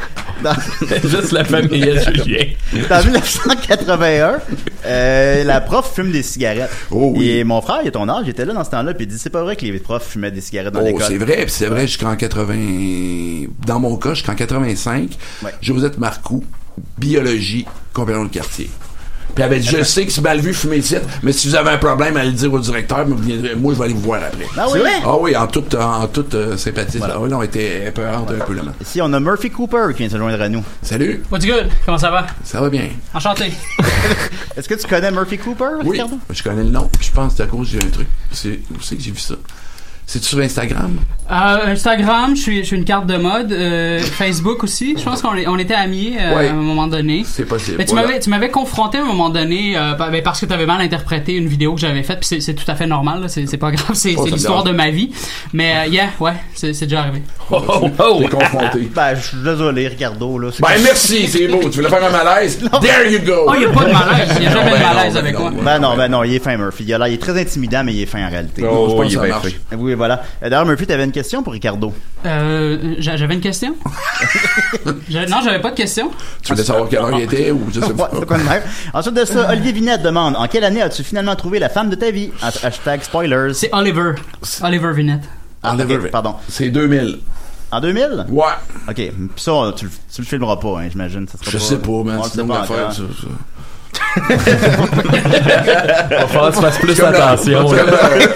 Dans... Juste la famille à Julien. En dix-neuf cent quatre-vingt-un, euh, la prof fume des cigarettes. Oh oui. Et mon frère, il a ton âge, il était là dans ce temps-là, puis il dit c'est pas vrai que les profs fumaient des cigarettes dans oh, l'école. C'est vrai, puis c'est vrai jusqu'en quatre-vingts. Dans mon cas, jusqu'en quatre-vingt-cinq, ouais. Josette Marcoux, biologie, compagnon de quartier. Puis elle avait dit, je sais que c'est mal vu fumer ici, mais si vous avez un problème, allez le dire au directeur, mais vous viendrez, moi je vais aller vous voir après. Ah oui? Ah oui, en toute, en toute euh, sympathie. Voilà. Ah oui, là, on était épeurantes voilà. un peu là. Ici, on a Murphy Cooper qui vient se joindre à nous. Salut. What's good? Comment ça va? Ça va bien. Enchanté. Est-ce que tu connais Murphy Cooper, oui, Ricardo? Je connais le nom. Je pense que c'est à cause j'ai un truc. C'est où c'est que j'ai vu ça? C'est-tu sur Instagram? Euh, Instagram, je suis, je suis une carte de mode. Euh, Facebook aussi. Je pense qu'on on était amis euh, ouais, à un moment donné. C'est possible. Mais tu voilà. m'avais, tu m'avais confronté à un moment donné euh, ben parce que tu avais mal interprété une vidéo que j'avais faite. Puis c'est, c'est tout à fait normal. Là. C'est, c'est pas grave. C'est, oh, c'est l'histoire de ma vie. Mais euh, yeah, ouais, c'est, c'est déjà arrivé. Oh, oh, oh. T'es confronté. Ben, je suis désolé, Ricardo. Là, ben, merci, c'est beau. Tu voulais faire un malaise? Non. There you go. Oh, il n'y a pas de malaise. Il n'y a jamais non, de malaise non, avec non, moi. Ben non, ben non, il est fin, Murphy. Il, a l'air, il est très intimidant, mais il est fin en réalité. Oh, je pense il que est ça marche. Fin. Oui, voilà. D'ailleurs, Murphy, t'avais une question pour Ricardo? Euh, j'avais une question? je, non, j'avais pas de question. Tu voulais savoir quelle heure il était ou je sais pas. Ouais, quoi de même. Ensuite de ça, Olivier Vinette demande, en quelle année as-tu finalement trouvé la femme de ta vie? Hashtag spoilers. C'est Oliver. Oliver Vinette. Ah, Oliver, okay, pardon. C'est deux mille. En deux mille? Ouais. OK. Pis ça, tu, tu le filmeras pas, hein, j'imagine. Ça sera je pas, sais pas, man. C'est pas affaire, ça, ça. Il va falloir que tu fasses plus attention. ouais,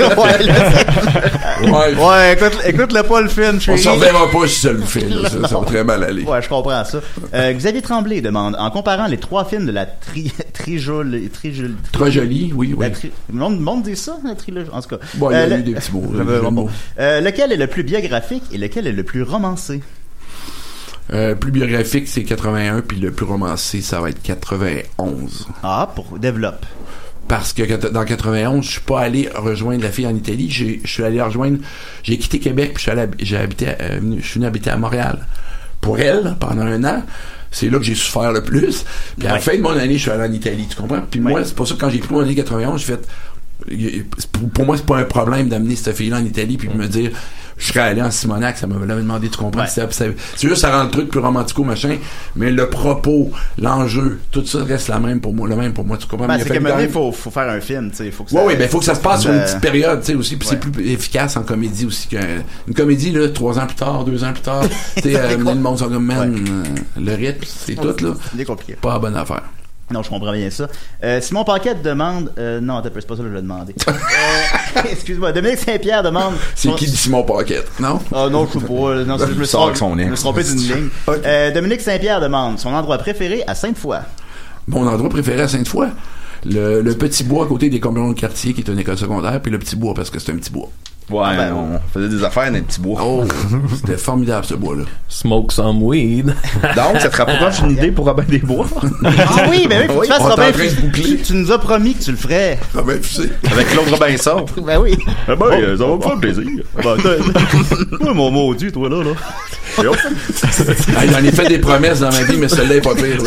ouais. ouais, écoute, écoute-le pas le film, on s'en verra pas si ça le fait. Là, ça, ça va très mal aller. Ouais, je comprends ça. Euh, Xavier Tremblay demande, en comparant les trois films de la tri... Trijol... Trijol... Très joli, oui, oui. Tri... Le monde, monde dit ça, la trilogie, en tout cas. Bon, il y a euh, eu le... des petits mots. Euh, bon. euh, lequel est le plus biographique et lequel est le plus romancé? Euh, plus biographique, c'est quatre-vingt-un, puis le plus romancé, ça va être quatre-vingt-onze. Ah, pour développe. Parce que dans quatre-vingt-onze, je suis pas allé rejoindre la fille en Italie. J'ai, je suis allé rejoindre. J'ai quitté Québec, puis je suis allé, j'ai habité, euh, je suis venu habiter à Montréal. Pour elle, pendant un an. C'est là que j'ai souffert le plus. Puis ouais. À la fin de mon année, je suis allé en Italie, tu comprends? Puis ouais. Moi, c'est pour ça que quand j'ai pris mon année quatre-vingt-onze, j'ai fait. Pour moi, c'est pas un problème d'amener cette fille-là en Italie, puis de me dire. Je serais allé en Simonac, ça m'avait demandé, tu comprends? Ouais. Ça, ça, c'est juste, ça rend le truc plus romantico, machin, mais le propos, l'enjeu, tout ça reste la même pour moi, le même pour moi, tu comprends? Ben, c'est qu'à un moment donné, il faut, faut faire un film, tu sais, faut que ça... Oui, oui, ben, faut que ça se passe sur une petite période, tu sais, aussi, puis ouais. C'est plus efficace en comédie aussi qu'une comédie, là, trois ans plus tard, deux ans plus tard, tu sais, euh, le monde sont comme, man, ouais. euh, le rythme, c'est tout, là. C'est compliqué. Pas la bonne affaire. Non, je comprends bien ça. Euh, Simon Paquette demande... Euh, non, c'est pas ça que je vais demander. euh, excuse-moi. Dominique Saint-Pierre demande... C'est son... qui dit Simon Paquette, non? Ah euh, non, je sais pas. Non, je me suis trompé d'une ligne. Okay. Euh, Dominique Saint-Pierre demande son endroit préféré à Sainte-Foy. Mon endroit préféré à Sainte-Foy? Le, le petit bois à côté des compagnons de quartier qui est une école secondaire, puis le petit bois parce que c'est un petit bois. Ouais, ah ben, on faisait des affaires dans les petits bois. Oh, c'était formidable ce bois-là. Smoke some weed. Donc, ça te rapproche une idée pour Robin des Bois? Ah oui, ben oui, faut que tu fasses on Robin. Tu, tu nous as promis que tu le ferais. Robin Fussé. Avec Claude Robinson. Ben oui. Eh ben, oh, ça va me faire plaisir. Ben, toi, mon maudit, toi, là, là. J'en ai fait des promesses dans ma vie, mais celle-là est pas pire.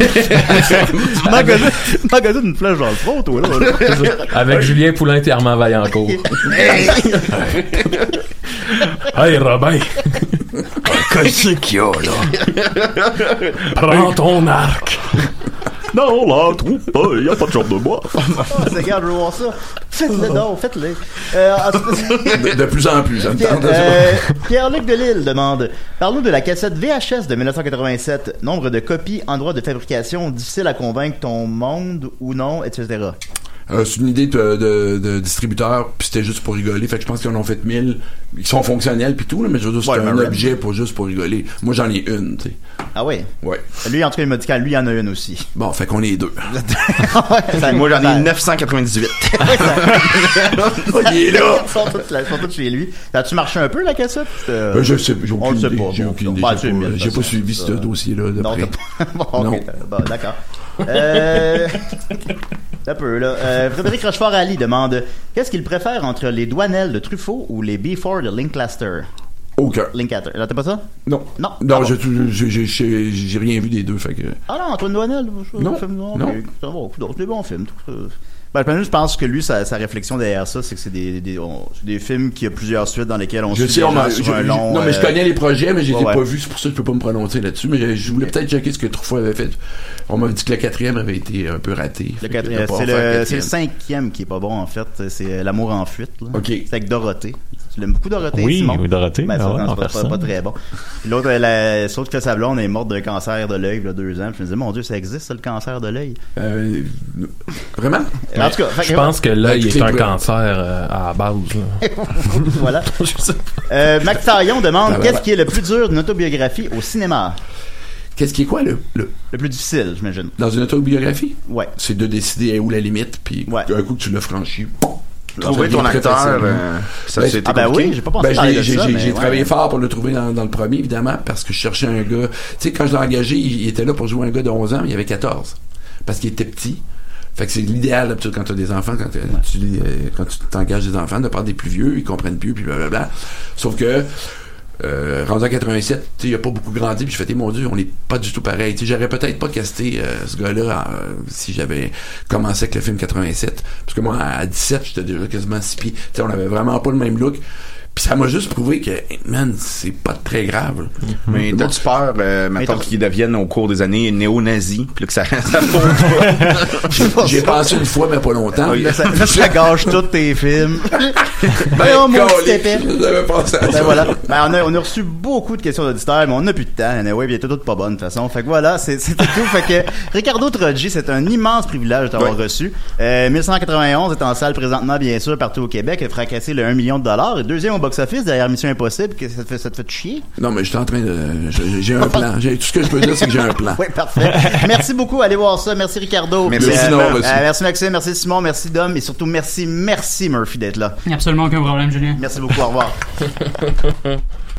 Tu magasines une flèche dans le front, toi, là. Avec Julien Poulain et Armand Vaillancourt. Hey Robin, qu'est-ce qu'il y a là? Prends ton arc. Non, là, trouve pas, il n'y a pas de jambe de bois. Oh, c'est gars, je veux voir ça. Faites-le, non, faites-le. Euh, de, de plus en plus, ça me tente. Euh, Pierre-Luc Delisle demande, parle-nous de la cassette V H S de dix-neuf cent quatre-vingt-sept. Nombre de copies, endroit de fabrication, difficile à convaincre ton monde ou non, et cetera. Euh, c'est une idée de, de, de distributeur, puis c'était juste pour rigoler. Fait que je pense qu'ils en ont fait mille. Ils sont fonctionnels puis tout, là, mais je veux dire, c'est ouais, un objet pour juste pour rigoler. Moi, j'en ai une, tu sais. Ah oui? Ouais. Lui, en tout cas, il m'a dit qu'à lui, il en a une aussi. Bon, fait qu'on est deux. ouais, ça, moi, j'en ai neuf cent quatre-vingt-dix-huit. Oh, il est là! Ils sont tous, là, ils sont tous chez lui. As-tu marché un peu, la cassette? Euh, ben, je sais, j'ai aucune idée. Pas, j'ai bon, aucune idée. Bah, j'ai pas, j'ai pas suivi ce dossier-là de non, près. bon, non. Okay, bon, d'accord. Euh... Un peu, là. Euh, Frédéric Rochefort-Ali demande, qu'est-ce qu'il préfère entre les Douanelles de Truffaut ou les B quatre de Lancaster? Aucun. Lancaster. Là, t'as pas ça? Non. Non. Non, ah, j'ai, j'ai, j'ai, j'ai rien vu des deux, fait que... Ah non, Antoine Douanelle? Non. Film, non. non. Okay. C'est un bon, c'est des bons films. Ben, je pense que lui, sa, sa réflexion derrière ça, c'est que c'est des, des, on, c'est des films qui a plusieurs suites dans lesquelles on je suit sais, des on gens m'a, sur je, un je, long... non, mais je euh, connais les projets, mais je les ai ouais, pas ouais. vus, c'est pour ça que je peux pas me prononcer là-dessus, mais je voulais peut-être checker ce que Truffaut avait fait. On m'a dit que le quatrième avait été un peu raté. Le quatrième, c'est, le, c'est le cinquième qui est pas bon, en fait. C'est L'amour en fuite. Là. Okay. C'est avec Dorothée. Tu l'aimes beaucoup, Dorothée? Oui, Simon? oui, Dorothée. Ben, ça, ah ouais, non, c'est pas, pas, pas très bon. Puis l'autre, la, l'autre que sa blonde est morte d'un cancer de l'œil il y a deux ans. Puis je me disais, mon Dieu, ça existe, ça, le cancer de l'œil? Euh, vraiment? En tout cas, fait, je pense que l'œil est un preuves. cancer euh, à la base. Voilà. euh, Mac Taillon demande, qu'est-ce qui est le plus dur d'une autobiographie au cinéma? Qu'est-ce qui est quoi le, le... le plus difficile, j'imagine. Dans une autobiographie? Ouais. C'est de décider où la limite, puis ouais. un coup que tu l'as franchi, trouver ton acteur, euh, ça ben, c'était ah ben compliqué. oui, j'ai pas pensé ben, parler j'ai, de j'ai, ça, j'ai, mais j'ai ouais. travaillé fort pour le trouver dans, dans le premier, évidemment, parce que je cherchais un gars. Tu sais, quand je l'ai engagé, il, il était là pour jouer un gars de onze ans, mais il avait quatorze. Parce qu'il était petit. Fait que c'est l'idéal, d'habitude, quand tu as des enfants, quand, ouais. tu, euh, quand tu t'engages des enfants, de prendre des plus vieux, ils comprennent plus, puis blablabla. Sauf que, Euh, rendu en quatre-vingt-sept, tu sais, il a pas beaucoup grandi, puis je fais, mon Dieu, on n'est pas du tout pareil. Tu sais, j'aurais peut-être pas casté euh, ce gars-là euh, si j'avais commencé avec le film quatre-vingt-sept. Parce que moi, à dix-sept, j'étais déjà quasiment six pieds. Tu sais, on avait vraiment pas le même look. Puis ça m'a juste prouvé que, man, c'est pas très grave. Mm-hmm. Mais t'as-tu peur, euh, mettons, qu'ils deviennent au cours des années néo-nazis, puis que ça, ça fonde J'ai, j'ai pensé une fois, mais pas longtemps. Oui, là, ça, là, ça gâche tous tes films. ben, oh, mon petit épais. J'avais pensé à ben, ça. Voilà. Ben, on a, on a reçu beaucoup de questions d'auditeurs, mais on n'a plus de temps. Anyway, puis il était toutes pas bonnes, de toute façon. Fait que voilà, c'est, c'était tout. Fait que, Ricardo Troggi, c'est un immense privilège de t'avoir oui. reçu. Euh, mille neuf cent quatre-vingt-onze est en salle présentement, bien sûr, partout au Québec. Elle a fracassé le un million de dollars. Et deuxième au box-office, derrière Mission Impossible, que ça te fait, ça te fait chier? Non, mais je suis en train de, j'ai, j'ai un plan. J'ai, tout ce que je peux dire, c'est que j'ai un plan. Oui, parfait. Merci beaucoup. Allez voir ça. Merci, Ricardo. Merci, euh, non, euh, merci. merci, Maxime. Merci, Simon. Merci, Dom. Et surtout, merci, merci, Murphy, d'être là. Absolument aucun problème, Julien. Merci beaucoup. Au revoir.